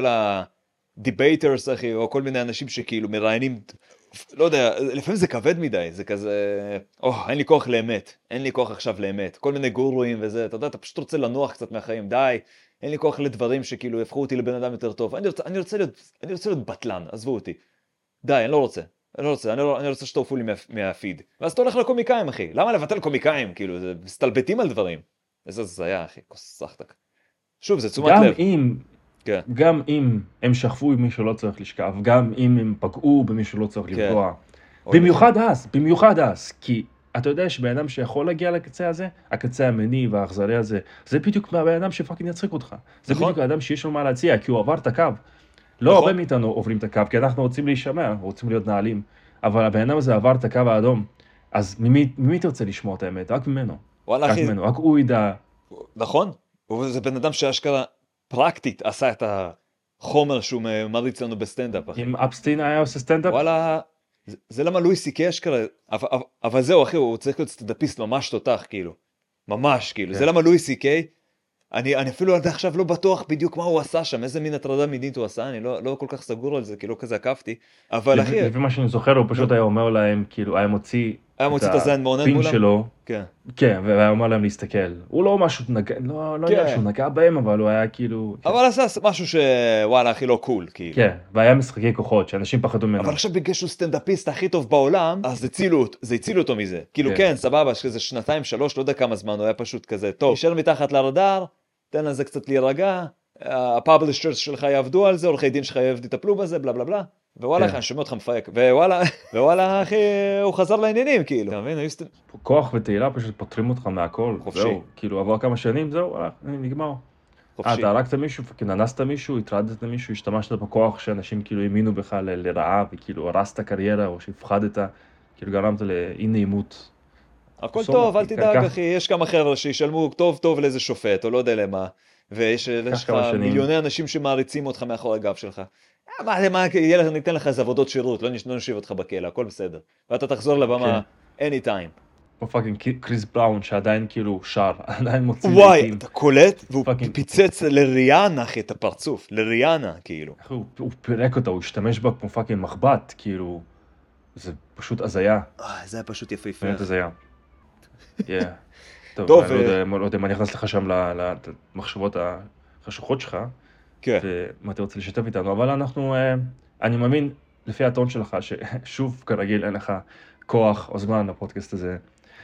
הדיבייטרס, אחי, או כל מיני אנשים שכאילו מראיינים, לא יודע, לפעמים זה כבד מדי, זה כזה, או, אין לי כוח לאמת, אין לי כוח עכשיו לאמת, כל מיני גורואים וזה, אתה יודע, אתה פשוט רוצה לנוח קצת מהחיים, די, אין לי כוח לדברים שכאילו יפכו אותי לבן אדם יותר טוב, אני רוצה, אני רוצה להיות, אני רוצה להיות בטלן, עזבו אותי, די, אני לא רוצה. אני לא רוצה, אני, לא, אני רוצה שתעופו לי מה, מהפיד. ואז אתה הולך לקומיקאים, אחי. למה לבטל קומיקאים? כאילו, זה מסתלבטים על דברים. איזה זיה, אחי, כוסחתק. שוב, זה תשומת גם לב. אם, כן. גם אם הם שכבו עם מי שלא צריך לשכב, גם אם הם פגעו במי שלא צריך כן. לפגוע. אוי, במיוחד אז, במיוחד אז, כי אתה יודע שבן אדם שיכול להגיע לקצה הזה, הקצה המיני והאכזרי הזה, זה בדיוק מהבן אדם שפאקינג יצחיק אותך. זה נכון. בדיוק האדם שיש לו מה להציע, כי הוא עבר את הקו. לא נכון. הרבה מאיתנו עוברים את הקו, כי אנחנו רוצים להישמע, רוצים להיות נעלים, אבל הבן אדם הזה עבר את הקו האדום, אז ממי, ממי תרצה לשמוע את האמת? רק ממנו. וואלה, רק אחי, ממנו, רק הוא ידע. נכון. הוא- זה בן אדם שאשכרה פרקטית עשה את החומר שהוא מריץ לנו בסטנדאפ, אחי. אם אפסטין היה עושה סטנדאפ, וואלה, זה, זה למה לואי סי קיי אשכרה, אבל, אבל, אבל זהו, אחי, הוא צריך להיות סטנדאפיסט ממש תותח, כאילו. ממש, כאילו. כן. זה למה לואי סי קיי, אני, אני אפילו עד עכשיו לא בטוח בדיוק מה הוא עשה שם, איזה מין הטרדה מינית הוא עשה, אני לא, לא כל כך סגור על זה, כי לא כזה עקבתי, אבל אחי, לפי מה שאני זוכר, הוא פשוט היה אומר להם, כאילו, היה מוציא היה מוציא את הזין מעונן הפין מולם? שלו, כן. כן, והיה אומר להם להסתכל. הוא לא משהו נגע, לא, לא יודע כן. שהוא נגע בהם, אבל הוא היה כאילו, כן. אבל עשה משהו שוואלה, הכי לא קול, כאילו. כן, והיה משחקי כוחות, שאנשים פחדו ממנו. אבל עכשיו בגלל שהוא סטנדאפיסט הכי טוב בעולם, אז הצילו, אותו- זה הציל אותו מזה. כאילו כן. כן, סבבה, כזה שנתיים, שלוש, לא יודע כמה זמן, הוא היה פשוט כזה, טוב, נשאר מתחת לרדאר, תן לזה קצת להירגע, הפאבלישרס שלך יעבדו על זה, עורכי דין שלך יטפלו בזה, בלה בלה בלה. ווואלה, כן. אחי, אני שומע אותך מפייק, ווואלה, ווואלה, אחי, הוא חזר לעניינים, כאילו. אתה מבין, היו סטנ- כוח ותהילה פשוט פותרים אותך מהכל. חופשי. זהו, כאילו עבר כמה שנים, זהו, הלך, נגמר. אה, חופשי. אתה הרגת מישהו, כאילו אנסת מישהו, הטרדת מישהו, השתמשת בכוח שאנשים כאילו האמינו בך ל- לרעה, וכאילו הרסת קריירה, או שהפחדת, כאילו גרמת לאי נעימות. הכל בסוף, טוב, אל אחי, תדאג, קח- אחי, יש כמה חבר'ה שישלמו טוב טוב לאיזה שופט, או לא יודע למה, ויש יש לך כמה שנים. מיליוני אנשים שמעריצים אותך מאחורי הגב שלך. אה, מה, מה, יהיה לך- ניתן לך איזה עבודות שירות, לא נש- לא נשיב אותך בכלא, הכל בסדר. ואתה תחזור לבמה anytime. כמו פאקינג קריס בראון, שעדיין כאילו שר, עדיין מוציא וואי, לעיתים. אתה קולט? והוא פאקינג- פיצץ לריאנה, אחי, את הפרצוף, לריאנה, כאילו. איך הוא, הוא פירק אותה, הוא השתמש בה כמו פאקינג מחבת, כאילו, זה פשוט הזיה, אה, זה היה פשוט יפהפה. באמת הזיה. Yeah. טוב, טוב, אני לא אה, יודע, לא יודע מה נכנס לך שם ל- ל- למחשבות החשוכות שלך, כן. ומה אתה רוצה לשתף איתנו, אבל אנחנו, אה, אני מאמין, לפי הטון שלך, ששוב, כרגיל, אין לך כוח או זמן לפודקאסט הזה,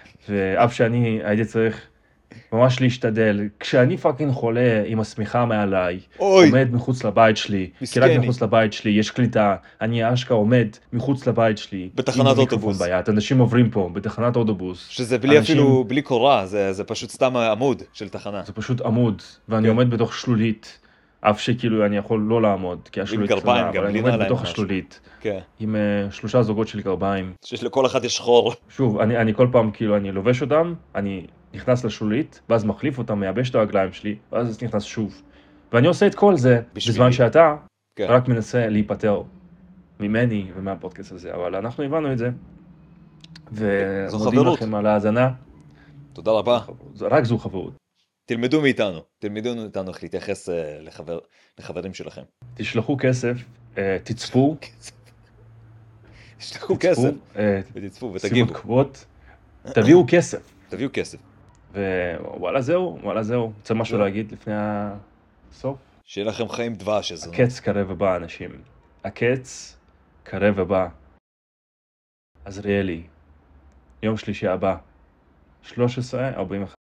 ואף שאני הייתי צריך ממש להשתדל, כשאני פאקינג חולה עם השמיכה מעליי, אוי. עומד מחוץ לבית שלי, כי רק מסכני. מחוץ לבית שלי יש קליטה, אני אשכרה עומד מחוץ לבית שלי, בתחנת עם מיקרופון אוטובוס. ביד, אנשים עוברים פה, בתחנת אוטובוס, שזה בלי אנשים- אפילו, בלי קורה, זה זה פשוט סתם עמוד של תחנה. זה פשוט עמוד, ואני כן. עומד בתוך שלולית, אף שכאילו אני יכול לא לעמוד, כי השלולית גרביים קטנה, גם, אבל אני בלי עומד נעליים בתוך משהו. השלולית, כן. עם אה, שלושה זוגות של גרביים. שיש לכל אחד יש חור. שוב, אני, אני כל פעם כאילו אני לובש אותם, אני נכנס לשלולית, ואז מחליף אותם, מייבש את הרגליים שלי, ואז נכנס שוב. ואני עושה את כל זה בשבילי. בזמן שאתה כן. רק מנסה להיפטר ממני ומהפודקאסט הזה, אבל אנחנו הבנו את זה, זו ומודים חברות. לכם על ההאזנה. תודה רבה. רק זו חברות. תלמדו מאיתנו, תלמדו מאיתנו איך להתייחס אה, לחבר, לחברים שלכם. תשלחו כסף, אה, תצפו, תשלחו כסף, אה, ותצפו שימו ותגיבו. תגובות, תביאו כסף. תביאו כסף. ווואלה זהו, וואלה זהו. רוצה משהו זהו. להגיד לפני הסוף? שיהיה לכם חיים דבש. אז הקץ קרב ובא, אנשים. הקץ קרב ובא. עזריאלי, יום שלישי הבא, שלוש עשרה ארבעים ואחת.